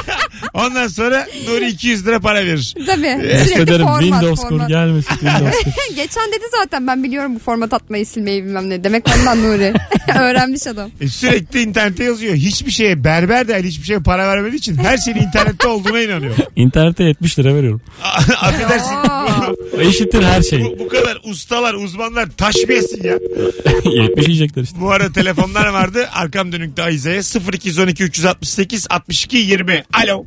Speaker 2: Ondan sonra Nuri iki yüz lira para verir.
Speaker 3: Tabii.
Speaker 4: Test
Speaker 3: Sürekli
Speaker 4: ederim.
Speaker 3: format,
Speaker 4: Windows kur
Speaker 3: format.
Speaker 4: gelmesin. Windows kur.
Speaker 3: Geçen dedi zaten ben biliyorum bu format atmayı silmeyi bilmem ne. Demek ondan Nuri. Öğrenmiş adam.
Speaker 2: E, sürekli internette yazıyor. Hiçbir şeye berber değil hiçbir şeye para vermediği için her şeyin internette olduğuna inanıyor.
Speaker 4: İnternete yetmiş lira veriyorum.
Speaker 2: Affedersin.
Speaker 3: Aa.
Speaker 4: O eşittir her şey.
Speaker 2: Bu, bu kadar ustalar uzmanlar taş mı yesin ya?
Speaker 4: yetmiş yiyecekler işte.
Speaker 2: Bu arada telefonlar vardı. Arkam dönükte Ayize'ye sıfır iki on iki üç altı sekiz altmış iki yirmi. Alo.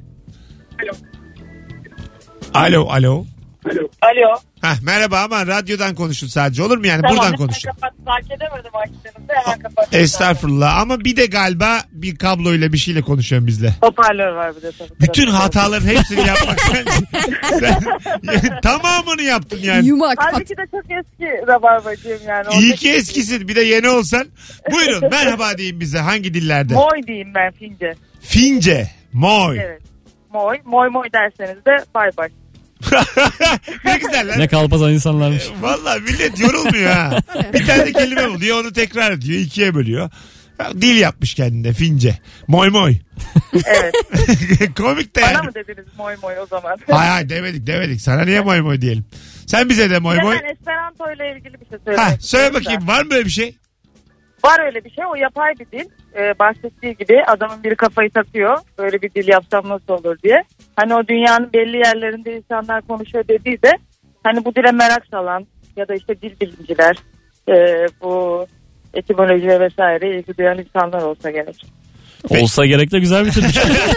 Speaker 2: Alo. Alo.
Speaker 7: Alo.
Speaker 2: Heh, merhaba ama radyodan konuşun sadece olur mu yani?
Speaker 7: Tamam,
Speaker 2: Buradan
Speaker 7: hemen
Speaker 2: konuşun.
Speaker 7: kapat. Fark edemedim açtığınızda hemen kapattım.
Speaker 2: Estağfurullah ama bir de galiba bir kabloyla bir şeyle konuşuyorsun bizle.
Speaker 7: Hoparlör var bir de tabii.
Speaker 2: Bütün hataların hepsini yapmak sen, sen tamamını yaptın yani.
Speaker 3: Yumak.
Speaker 7: Halbuki de çok eski rabarbacıyım yani.
Speaker 2: İyi
Speaker 7: Oradaki-
Speaker 2: ki eskisin bir de yeni olsan. Buyurun merhaba deyin bize hangi dillerde?
Speaker 7: Moy diyeyim ben Fince.
Speaker 2: Fince, moy.
Speaker 7: Evet. Moy. Moy moy derseniz de bay bay.
Speaker 2: Ne güzel lan.
Speaker 4: Ne kalpazan insanlarmış.
Speaker 2: Vallahi millet yorulmuyor ha. Bir tane kelime buluyor onu tekrar ediyor ikiye bölüyor. Dil yapmış kendine Fince. Moy moy.
Speaker 7: Evet.
Speaker 2: Komik de
Speaker 7: Bana
Speaker 2: yani.
Speaker 7: mı dediniz moy moy o zaman?
Speaker 2: Hayır hayır demedik demedik. Sana niye moy moy diyelim. Sen bize de moy
Speaker 7: Bir de
Speaker 2: moy.
Speaker 7: ben Esperanto ile ilgili bir şey söylemek
Speaker 2: Ha, söyle
Speaker 7: istiyorum da.
Speaker 2: bakayım var mı böyle bir şey?
Speaker 7: Var öyle bir şey. O yapay bir dil. Ee, bahsettiği gibi adamın biri kafayı takıyor. Böyle bir dil yapsam nasıl olur diye. Hani o dünyanın belli yerlerinde insanlar konuşuyor dediği de hani bu dile merak salan ya da işte dil bilimciler e, bu etimolojiye vesaire ilgi duyan insanlar olsa gerek.
Speaker 4: Olsa gerek de güzel bitirdik.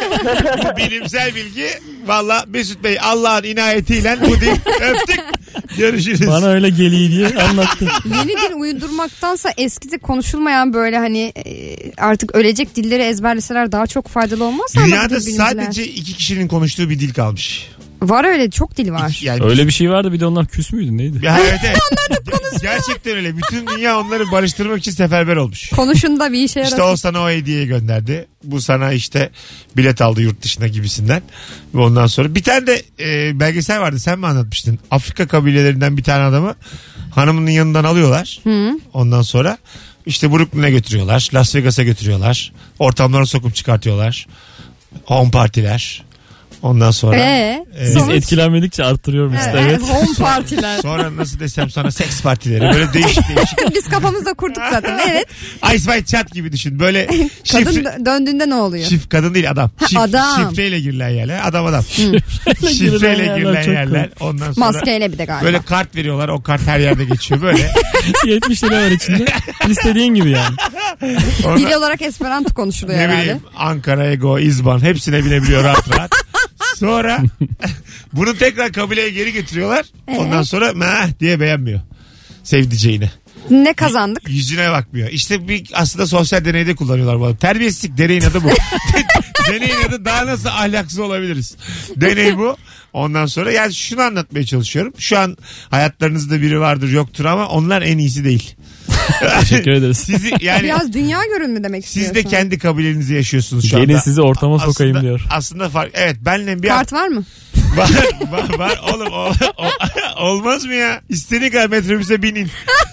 Speaker 2: Bu bilimsel bilgi. Valla Mesut Bey Allah'ın inayetiyle bu değil. Öptük. Görüşürüz.
Speaker 4: Bana öyle geliyor diye anlattı.
Speaker 3: Yeni dil uydurmaktansa eskide konuşulmayan böyle hani e, artık ölecek dilleri ezberleseler daha çok faydalı olmaz mı?
Speaker 2: Dünyada sadece iki kişinin konuştuğu bir dil kalmış.
Speaker 3: Var öyle çok dil var.
Speaker 2: Yani
Speaker 4: öyle bir şey vardı, bir de onlar küs müydü neydi?
Speaker 2: Ya evet, evet. Gerçekten öyle. Bütün dünya onları barıştırmak için seferber olmuş.
Speaker 3: Konuşun da bir işe yarasın.
Speaker 2: İşte o sana o hediyeyi gönderdi. Bu sana işte bilet aldı yurt dışına gibisinden. Ve ondan sonra bir tane de e, belgesel vardı, sen mi anlatmıştın? Afrika kabilelerinden bir tane adamı hanımının yanından alıyorlar.
Speaker 3: Hı.
Speaker 2: Ondan sonra işte Brooklyn'e götürüyorlar. Las Vegas'a götürüyorlar. Ortamlarına sokup çıkartıyorlar. Home partiler. Ondan sonra
Speaker 3: Ee,
Speaker 2: e,
Speaker 4: Biz
Speaker 3: sonuç...
Speaker 4: etkilenmedikçe arttırıyorum işte.
Speaker 3: Evet,
Speaker 4: Evet.
Speaker 3: home partiler.
Speaker 2: Sonra nasıl desem sana seks partileri. Böyle değişik değişik.
Speaker 3: Biz kafamızda kurduk zaten, evet.
Speaker 2: Ice White Chat gibi düşün. Böyle
Speaker 3: Kadın
Speaker 2: şifre...
Speaker 3: dö- döndüğünde ne oluyor?
Speaker 2: Şif, kadın değil adam. Şif,
Speaker 3: Adam.
Speaker 2: Şifreyle girilen yerler. Adam adam.
Speaker 4: Girilen
Speaker 2: Şifreyle
Speaker 4: yerler
Speaker 2: girilen
Speaker 4: çok
Speaker 2: yerler. Ondan sonra
Speaker 3: Maskeyle bir de galiba.
Speaker 2: böyle kart veriyorlar. O kart her yerde geçiyor böyle.
Speaker 4: yetmiş lira var içinde. İstediğin gibi yani.
Speaker 2: Ona,
Speaker 3: Dil olarak Esperanto konuşuluyor
Speaker 2: ne
Speaker 3: herhalde.
Speaker 2: bileyim Ankara, Ego, İzban hepsine bilebiliyor rahat rahat. Sonra bunu tekrar kabileye geri getiriyorlar. Ondan sonra meh diye beğenmiyor sevdiceğini.
Speaker 3: Ne kazandık?
Speaker 2: Yüzüne bakmıyor. İşte bir aslında sosyal deneyde kullanıyorlar bunu. Terbiyesizlik deneyin adı bu. Deneyin adı, daha nasıl ahlaksız olabiliriz? Deney bu. Ondan sonra yani şunu anlatmaya çalışıyorum. Şu an hayatlarınızda biri vardır yoktur ama onlar en iyisi değil.
Speaker 4: Teşekkür ederiz.
Speaker 2: Sizi yani
Speaker 3: Biraz dünya görünümü demek istiyorsun.
Speaker 2: siz de kendi kabilenizi yaşıyorsunuz şu anda.
Speaker 4: Gelin sizi ortama
Speaker 2: Aslında-
Speaker 4: sokayım diyor.
Speaker 2: Aslında fark. Evet benle bir
Speaker 3: Kart var mı?
Speaker 2: var, var, var. Oğlum o, o- olmaz mı ya? İstediğin kadar metrobüse binin.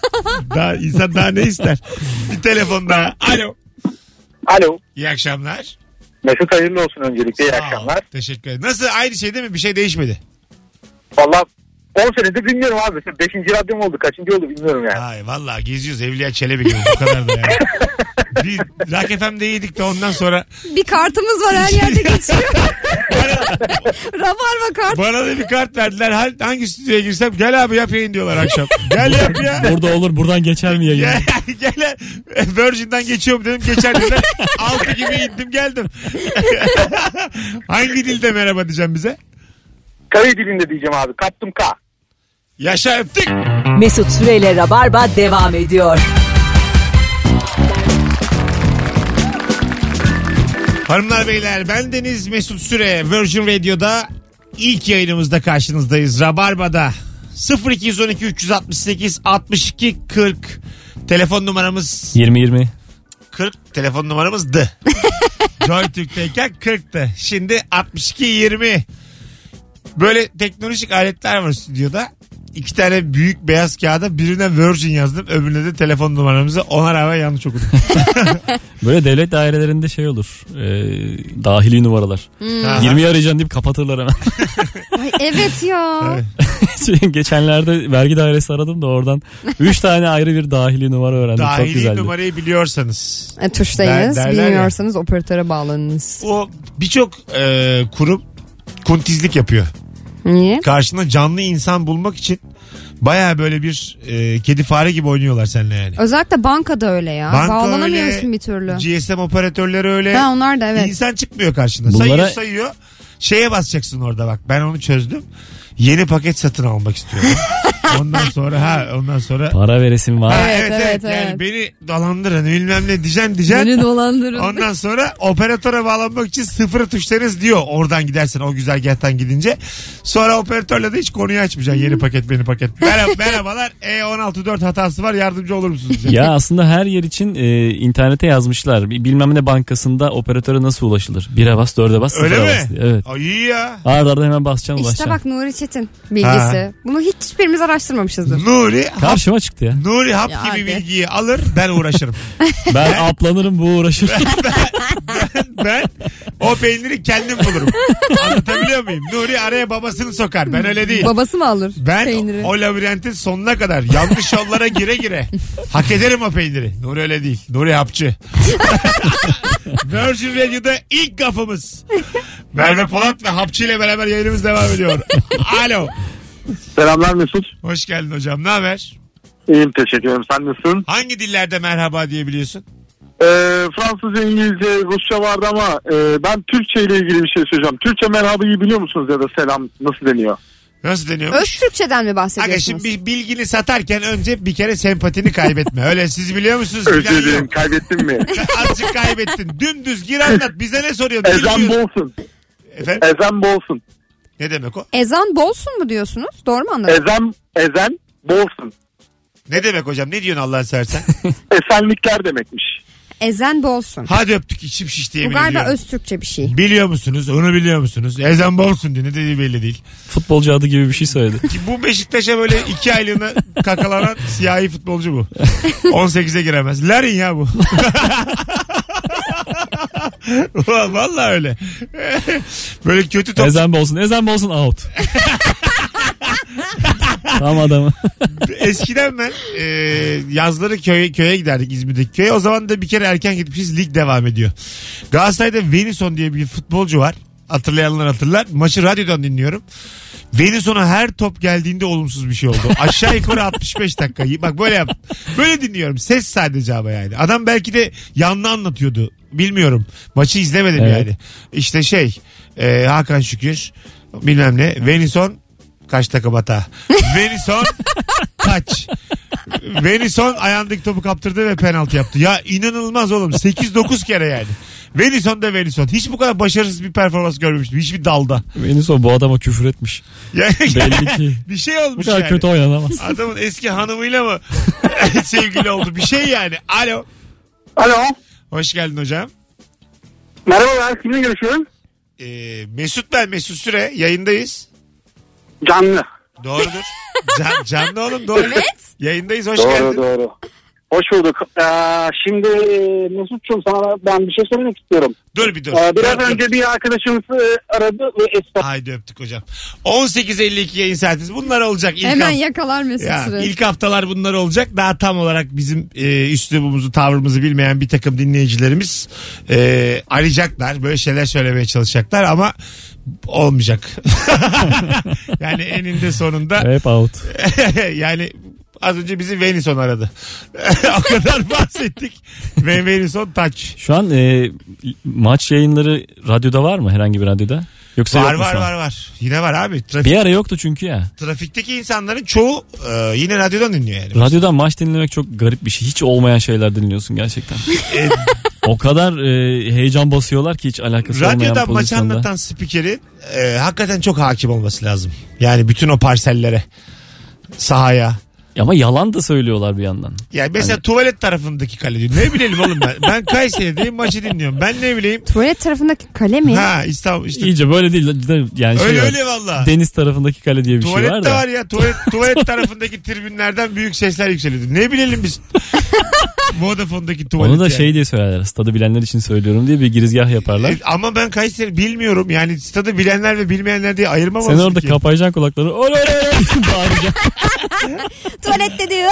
Speaker 2: Daha, insan daha ne ister? Bir telefon daha. Alo.
Speaker 10: Alo.
Speaker 2: İyi akşamlar.
Speaker 10: Mesut hayırlı olsun öncelikle. İyi
Speaker 2: Sağ ol.
Speaker 10: akşamlar.
Speaker 2: Teşekkür ederim. Nasıl, aynı şey değil mi? Bir şey değişmedi.
Speaker 10: Valla on senedir bilmiyorum abi. beşinci radyom oldu. Kaçıncı oldu bilmiyorum yani.
Speaker 2: Ay vallahi geziyoruz Evliya Çelebi gibi, bu kadar da yani. Biz Rock F M'de yedik de ondan sonra
Speaker 3: Bir kartımız var, her yerde geçiyor. Rabarba kart.
Speaker 2: bana da bir kart verdiler. Hangi stüdyoya girsem gel abi yap yayın diyorlar akşam. Gel yap ya.
Speaker 4: Burada olur, buradan geçer mi yayın?
Speaker 2: Gel, gel. Virgin'den geçiyorum dedim, geçer dediler. Altı gibi indim geldim. Hangi dilde merhaba diyeceğim bize?
Speaker 10: Kayı dilinde diyeceğim abi. Kaptım K.
Speaker 2: Yaşa, öptük.
Speaker 1: Mesut Süreyle Rabarba devam ediyor.
Speaker 2: Hanımlar beyler, ben Deniz Mesut Süre, Virgin Radio'da ilk yayınımızda karşınızdayız. Rabarba'da sıfır iki on iki üç altı sekiz altmış iki kırk telefon numaramız
Speaker 4: yirmi yirmi.
Speaker 2: kırk telefon numaramızdı. JoyTürk'teyken kırktı. Şimdi altmış iki yirmi. Böyle teknolojik aletler var stüdyoda. İki tane büyük beyaz kağıda birine Virgin yazdım, öbürüne de telefon numaramızı, ona rağmen yanlış okudum.
Speaker 4: Böyle devlet dairelerinde şey olur. E, dahili numaralar.
Speaker 2: Aha.
Speaker 4: yirmiyi arayacaksın deyip kapatırlar hemen.
Speaker 3: Ay evet ya.
Speaker 2: Evet.
Speaker 4: Şey, geçenlerde vergi dairesi aradım da oradan üç tane ayrı bir dahili numara öğrendim. Çok
Speaker 2: Dahili
Speaker 4: güzeldi.
Speaker 2: numarayı biliyorsanız.
Speaker 3: E, tuştayız.
Speaker 2: Der- derler ya.
Speaker 3: Bilmiyorsanız operatöre bağlanınız.
Speaker 2: O birçok e, kurum kuntizlik yapıyor.
Speaker 3: Niye?
Speaker 2: Karşında canlı insan bulmak için baya böyle bir e, kedi fare gibi oynuyorlar seninle yani.
Speaker 3: Özellikle bankada öyle ya.
Speaker 2: Banka
Speaker 3: Bağlanamıyorsun
Speaker 2: öyle,
Speaker 3: bir türlü.
Speaker 2: G S M operatörleri öyle.
Speaker 3: Ha, onlar da evet.
Speaker 2: İnsan çıkmıyor karşında.
Speaker 4: Bunlara-
Speaker 2: Sayıyor sayıyor. Şeye basacaksın orada bak. Ben onu çözdüm. Yeni paket satın almak istiyorum. Ondan sonra ha ondan sonra
Speaker 4: Para veresim var.
Speaker 2: ha,
Speaker 3: Evet,
Speaker 2: evet, evet,
Speaker 3: evet,
Speaker 2: yani
Speaker 3: evet.
Speaker 2: beni dolandırın bilmem ne diyeceksin diyeceksin.
Speaker 3: Beni dolandırın.
Speaker 2: Ondan sonra operatöre bağlanmak için sıfırı tuşlarız diyor. Oradan gidersen o güzergahtan gidince. Sonra operatörle de hiç konuyu açmayacaksın. Yeni paket beni paket. Merhaba, merhabalar. E on altı dört hatası var, yardımcı olur musunuz? diyeceksin.
Speaker 4: Ya aslında her yer için e, internete yazmışlar. Bir bilmem ne bankasında operatöre nasıl ulaşılır? Bire bas, dörde bas,
Speaker 2: Öyle
Speaker 4: sıfıra
Speaker 2: mi?
Speaker 4: bas diye. Evet.
Speaker 2: Ay iyi ya.
Speaker 4: Arda arda hemen basacaksın,
Speaker 3: İşte
Speaker 4: ulaşacaksın.
Speaker 3: bak Nuri Çetin bilgisi.
Speaker 2: Ha.
Speaker 3: Bunu hiçbirimiz araştırmamışızdır.
Speaker 2: Nuri hap,
Speaker 4: Karşıma çıktı ya.
Speaker 2: Nuri hap
Speaker 3: Ya
Speaker 2: gibi
Speaker 3: hadi.
Speaker 2: bilgiyi alır, ben uğraşırım.
Speaker 4: Ben aplanırım, bu uğraşır.
Speaker 2: Ben o peyniri kendim bulurum. Anlatabiliyor muyum? Nuri araya babasını sokar. Ben öyle değil.
Speaker 3: Babası mı alır
Speaker 2: Ben
Speaker 3: peyniri?
Speaker 2: o labirentin sonuna kadar yanlış yollara gire gire hak ederim o peyniri. Nuri öyle değil. Nuri hapçı. Virgin Radio'da ilk gafımız. Merve Polat ve Hapçı ile beraber yayınımız devam ediyor. Alo.
Speaker 10: Selamlar Mesut.
Speaker 2: Hoş geldin hocam. Ne haber?
Speaker 10: İyiyim teşekkür ederim. Sen nasılsın?
Speaker 2: Hangi dillerde merhaba diyebiliyorsun?
Speaker 10: Ee, Fransızca, İngilizce, Rusça vardı ama e, ben Türkçe ile ilgili bir şey söyleyeceğim. Türkçe merhabayı biliyor musunuz ya da selam nasıl deniyor?
Speaker 2: Nasıl deniyormuş?
Speaker 3: Öz Türkçeden mi
Speaker 2: Aga
Speaker 3: bahsediyorsunuz?
Speaker 2: şimdi bir bilgini satarken önce bir kere sempatini kaybetme. Öyle siz biliyor musunuz?
Speaker 10: Özür
Speaker 2: Bilen
Speaker 10: dilerim,
Speaker 2: yok.
Speaker 10: kaybettin mi?
Speaker 2: Azıcık kaybettin. Dümdüz gir anlat. Bize ne soruyorsun?
Speaker 10: Ezan
Speaker 2: Bilmiyoruz.
Speaker 10: bolsun.
Speaker 2: Efendim?
Speaker 10: Ezan bolsun.
Speaker 2: Ne demek o?
Speaker 3: Ezan bolsun mu diyorsunuz? Doğru mu anladım?
Speaker 10: Ezan, ezen bolsun.
Speaker 2: Ne demek hocam? Ne diyorsun Allah'ını seversen?
Speaker 10: Esenlikler demekmiş.
Speaker 3: Ezen bolsun.
Speaker 2: Hadi öptük, içim şişti
Speaker 3: Bu
Speaker 2: yemin
Speaker 3: galiba
Speaker 2: ediyorum.
Speaker 3: öz Türkçe bir şey.
Speaker 2: Biliyor musunuz? Onu biliyor musunuz? Ezan bolsun diyor. Ne dediği belli değil.
Speaker 4: Futbolcu adı gibi bir şey söyledi.
Speaker 2: Ki bu Beşiktaş'a böyle iki aylığına kakalanan siyahi futbolcu bu. on sekize giremez. Larin ya bu. Vallahi öyle. Böyle kötü top.
Speaker 4: Ezan bolsun. Ezan bolsun out. Tam adamı.
Speaker 2: Eskiden ben e, yazları köye, köye giderdik, İzmir'deki köye. O zaman da bir kere erken gitmişiz, lig devam ediyor. Galatasaray'da Venison diye bir futbolcu var. Hatırlayanlar hatırlar. Maçı radyodan dinliyorum. Venison'a her top geldiğinde olumsuz bir şey oldu. Aşağı yukarı altmış beş dakika. Bak böyle yap. Böyle dinliyorum. Ses sadece ama yani. Adam belki de yanlı anlatıyordu. Bilmiyorum. Maçı izlemedim
Speaker 4: Evet.
Speaker 2: yani. İşte şey e, Hakan Şükür bilmem ne. Venison kaç takım hata. Venison kaç. Venison ayağındaki topu kaptırdı ve penaltı yaptı. Ya inanılmaz oğlum. sekiz dokuz kere yani. Venison da Venison. Hiç bu kadar başarısız bir performans görmemiştim. Hiçbir dalda.
Speaker 4: Venison bu adama küfür etmiş.
Speaker 2: Yani,
Speaker 4: Belli ki.
Speaker 2: bir şey
Speaker 4: Bu
Speaker 2: olmuş
Speaker 4: kadar
Speaker 2: yani.
Speaker 4: kötü oynanamaz.
Speaker 2: Adamın eski hanımıyla mı sevgili oldu? Bir şey yani. Alo.
Speaker 10: Alo.
Speaker 2: Hoş geldin hocam.
Speaker 10: Merhabalar. Kimle görüşüyorum?
Speaker 2: Ee, Mesut ben. Mesut Süre. Yayındayız.
Speaker 10: Canlı.
Speaker 2: Doğrudur. Can, canlı oğlum. Doğru.
Speaker 3: Evet.
Speaker 2: Yayındayız. Hoş
Speaker 10: doğru
Speaker 2: geldin.
Speaker 10: doğru. Hoş bulduk. Ee, şimdi Mesut'cum sana ben bir şey söylemek istiyorum.
Speaker 2: Dur bir dur.
Speaker 10: Ee, biraz
Speaker 2: dur,
Speaker 10: önce
Speaker 2: dur.
Speaker 10: bir arkadaşımız e, aradı ve esnaf.
Speaker 2: Haydi öptük hocam. on sekiz elli iki yayın saatimiz. Bunlar olacak. İlk
Speaker 3: Hemen
Speaker 2: hafta-
Speaker 3: yakalar Mesut
Speaker 2: Ya,
Speaker 3: Süre.
Speaker 2: ilk haftalar bunlar olacak. Daha tam olarak bizim e, üslubumuzu, tavrımızı bilmeyen bir takım dinleyicilerimiz e, arayacaklar. Böyle şeyler söylemeye çalışacaklar ama olmayacak. Yani eninde sonunda
Speaker 4: Hep out.
Speaker 2: yani az önce bizi Venison aradı. O kadar bahsettik. Ve Venison taç.
Speaker 4: Şu an e, maç yayınları radyoda var mı? Herhangi bir radyoda? Yoksa
Speaker 2: Var
Speaker 4: yok mu
Speaker 2: var
Speaker 4: şu an?
Speaker 2: var var. Yine var abi. Trafik,
Speaker 4: Bir ara yoktu çünkü ya.
Speaker 2: trafikteki insanların çoğu e, yine radyodan dinliyor yani.
Speaker 4: Radyodan maç dinlemek çok garip bir şey. Hiç olmayan şeyler dinliyorsun gerçekten.
Speaker 2: E,
Speaker 4: O kadar e, heyecan basıyorlar ki hiç alakası olmayan
Speaker 2: Radyodan maçı
Speaker 4: pozisyonda.
Speaker 2: anlatan spikerin e, hakikaten çok hakim olması lazım. Yani bütün o parsellere, sahaya.
Speaker 4: Ama yalan da söylüyorlar bir yandan.
Speaker 2: Yani mesela
Speaker 4: Hani-
Speaker 2: tuvalet tarafındaki kale diyor. Ne bilelim oğlum ben. Ben Kayseri'deyim, maçı dinliyorum. Ben ne bileyim.
Speaker 3: Tuvalet tarafındaki kale mi?
Speaker 2: Ha İstanbul işte.
Speaker 4: İyice böyle değil. Yani şey
Speaker 2: Öyle
Speaker 4: var,
Speaker 2: öyle valla.
Speaker 4: deniz tarafındaki kale diye bir
Speaker 2: Tuvalet
Speaker 4: şey var
Speaker 2: de
Speaker 4: da.
Speaker 2: var ya. Tuvalet, tuvalet tarafındaki tribünlerden büyük sesler yükseliyordu. Ne bilelim biz. Vodafone'daki tuvalet.
Speaker 4: Onu da
Speaker 2: yani.
Speaker 4: şey diye söylerler. Stadı bilenler için söylüyorum diye bir girizgah yaparlar.
Speaker 2: E, ama ben Kayseri bilmiyorum. Yani stadı bilenler ve bilmeyenler diye ayırmamazsın
Speaker 4: Sen orada
Speaker 2: ki.
Speaker 4: kapayacaksın kulaklarını. Oley oley bağıracaksın.
Speaker 3: Tuvalette diyor.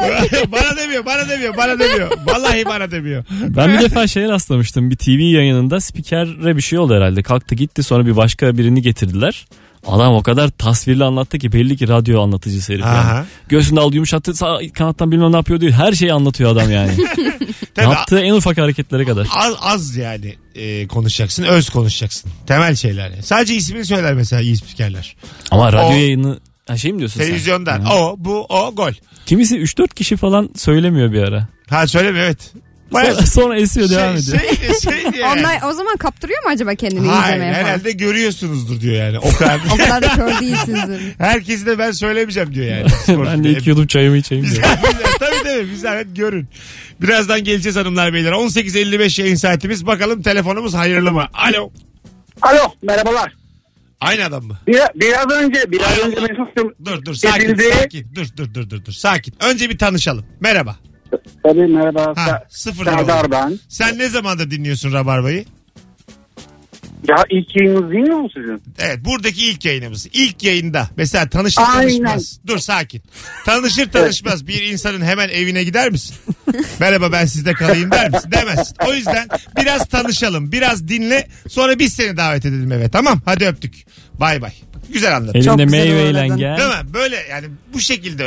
Speaker 2: Bana demiyor, bana demiyor, bana demiyor. Vallahi bana demiyor.
Speaker 4: Ben bir defa şeye rastlamıştım. Bir T V yayınında spikere bir şey oldu herhalde. Kalktı gitti, sonra bir başka birini getirdiler. Adam o kadar tasvirli anlattı ki belli ki radyo anlatıcısı herif yani.
Speaker 2: Aha.
Speaker 4: Göğsünde aldı, yumuşattı, sağ kanattan bilmem ne yapıyor diyor. Her şeyi anlatıyor adam yani.
Speaker 2: Tabii,
Speaker 4: Yaptığı en ufak hareketlere kadar.
Speaker 2: Az, az yani e, konuşacaksın. Öz konuşacaksın. Temel şeyler. Yani. Sadece ismini söyler mesela iyi spikerler.
Speaker 4: Ama radyo
Speaker 2: O-
Speaker 4: yayını... Ha şey mi diyorsun sen?
Speaker 2: Televizyondan.
Speaker 4: Hı.
Speaker 2: O, bu, o, gol.
Speaker 4: Kimisi üç dört kişi falan söylemiyor bir ara.
Speaker 2: Ha söyleme evet. Bayağı
Speaker 4: Sonra, sonra esiyor devam ediyor.
Speaker 2: Şey, şey, şey yani.
Speaker 3: Onlar o zaman kaptırıyor mu acaba kendini
Speaker 2: Hayır
Speaker 3: izlemeye falan?
Speaker 2: herhalde görüyorsunuzdur diyor yani. O kadar.
Speaker 3: O kadar da kör değilsinizdir.
Speaker 2: Herkesi de ben söylemeyeceğim diyor yani. Spor
Speaker 4: Ben de
Speaker 2: filmi.
Speaker 4: iki yudum çayımı içeyim diyor.
Speaker 2: Güzel, güzel. Tabii tabii bir zahmet görün. Birazdan geleceğiz hanımlar beyler. on sekiz elli beş yayın saatimiz. Bakalım telefonumuz hayırlı mı? Alo.
Speaker 10: Alo merhabalar.
Speaker 2: Aynı adam mı?
Speaker 10: Bir, biraz önce biraz önce Mesut'cum.
Speaker 2: Dur dur sakin
Speaker 10: Edildi.
Speaker 2: sakin. Dur dur dur dur dur sakin. Önce bir tanışalım. Merhaba.
Speaker 10: Tabii merhaba.
Speaker 2: Ha, sıfır
Speaker 10: Serdar ben.
Speaker 2: Sen ne zamandır dinliyorsun Rabarba'yı?
Speaker 10: Ya ilk yayınınız değil mi bu sizin?
Speaker 2: Evet buradaki ilk yayınımız. İlk yayında. Mesela tanışır
Speaker 10: Aynen.
Speaker 2: tanışmaz. Dur sakin. Tanışır tanışmaz bir insanın hemen evine gider misin? Merhaba ben sizde kalayım der misin? Demezsin. O yüzden biraz tanışalım. Biraz dinle. Sonra biz seni davet edelim eve. Tamam hadi öptük. Bay bay. Güzel anladın.
Speaker 3: Çok
Speaker 4: Elinde
Speaker 3: güzel
Speaker 4: meyveyle
Speaker 3: uğurladın.
Speaker 4: gel.
Speaker 2: Değil mi? Böyle yani bu şekilde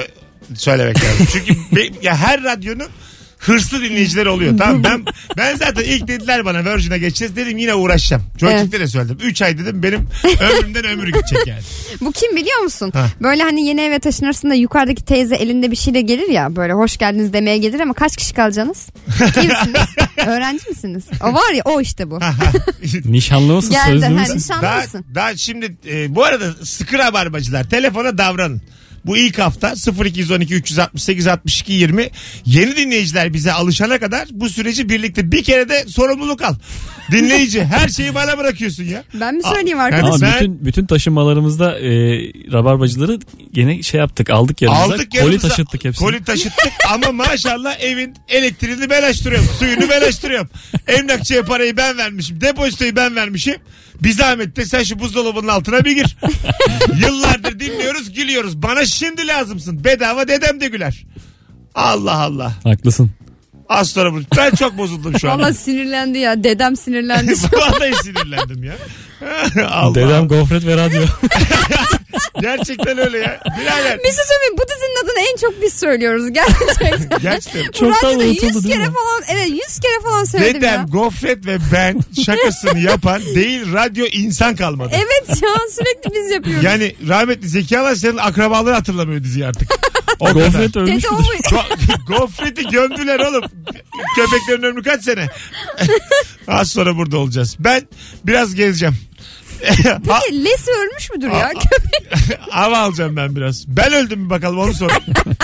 Speaker 2: söylemek lazım. Çünkü be, ya her radyonun hırslı dinleyicileri oluyor. Tamam ben ben zaten ilk dediler bana Virgin'a geçeceğiz dedim yine uğraşacağım. Joystick'te evet. de söyledim. üç ay dedim benim ömrümden ömür gidecek yani.
Speaker 3: Bu kim biliyor musun?
Speaker 2: Ha.
Speaker 3: Böyle hani yeni eve taşınırsın da yukarıdaki teyze elinde bir şeyle gelir ya böyle hoş geldiniz demeye gelir ama kaç kişi kalacaksınız? Kimsiniz? Öğrenci misiniz? O var ya o işte bu.
Speaker 4: Nişanlı mısın?
Speaker 3: Geldi,
Speaker 4: Sözlü
Speaker 3: ha,
Speaker 4: müsün?
Speaker 3: nişanlı
Speaker 2: Daha,
Speaker 3: mısın?
Speaker 2: daha şimdi e, bu arada sıkı rabarbacılar telefona davranın. Bu ilk hafta sıfır iki on iki üç altı sekiz altmış iki yirmi yeni dinleyiciler bize alışana kadar bu süreci birlikte bir kere de sorumluluk al. Dinleyici her şeyi bana bırakıyorsun ya.
Speaker 3: Ben mi söyleyeyim
Speaker 2: Aa,
Speaker 3: arkadaşlar?
Speaker 4: Ama
Speaker 2: ben-
Speaker 4: bütün bütün taşınmalarımızda e, rabarbacıları gene şey yaptık, aldık yanımıza.
Speaker 2: Aldık
Speaker 4: Koli
Speaker 2: yanımıza,
Speaker 4: taşıttık hepsini.
Speaker 2: Koli taşıttık ama maşallah evin elektriğini ben açtırıyorum. Suyunu ben açtırıyorum. Emlakçıya parayı ben vermişim. Depozitoyu ben vermişim. Bir zahmet de sen şu buzdolabının altına bir gir. Yıllardır dinliyoruz gülüyoruz. Bana şimdi lazımsın. Bedava dedem de güler. Allah Allah.
Speaker 4: Haklısın.
Speaker 2: Az sonra bu. Ben çok bozuldum şu an.
Speaker 3: Valla sinirlendi ya. Dedem sinirlendi.
Speaker 2: Vallahi sinirlendim ya. Allah.
Speaker 4: Dedem gofret ve radyo.
Speaker 2: Gerçekten öyle ya. Birader.
Speaker 3: Bir şey söyleyeyim bu dizinin adını en çok biz söylüyoruz gerçekten.
Speaker 2: Gerçekten.
Speaker 3: Bu
Speaker 4: Çoktan
Speaker 3: radyoda
Speaker 4: unutuldu
Speaker 3: yüz
Speaker 4: değil
Speaker 3: kere
Speaker 4: mi?
Speaker 3: falan evet yüz kere falan söyledim
Speaker 2: Dedem,
Speaker 3: ya.
Speaker 2: gofret ve ben şakasını yapan değil radyo insan kalmadı.
Speaker 3: Evet ya sürekli biz yapıyoruz.
Speaker 2: Yani rahmetli Zeki Alasyan'ın akrabaları hatırlamıyor diziyi artık. O kadar.
Speaker 4: Gofret ölmüş
Speaker 3: Dede o
Speaker 4: müdür?
Speaker 3: muydu?
Speaker 2: Go- gofreti gömdüler oğlum. Köpeklerin ömrü kaç sene? Az sonra burada olacağız. Ben biraz gezeceğim.
Speaker 3: Peki Les ölmüş müdür ya? Köpek.
Speaker 2: Hava alacağım ben biraz. Ben öldüm mü bakalım onu sor.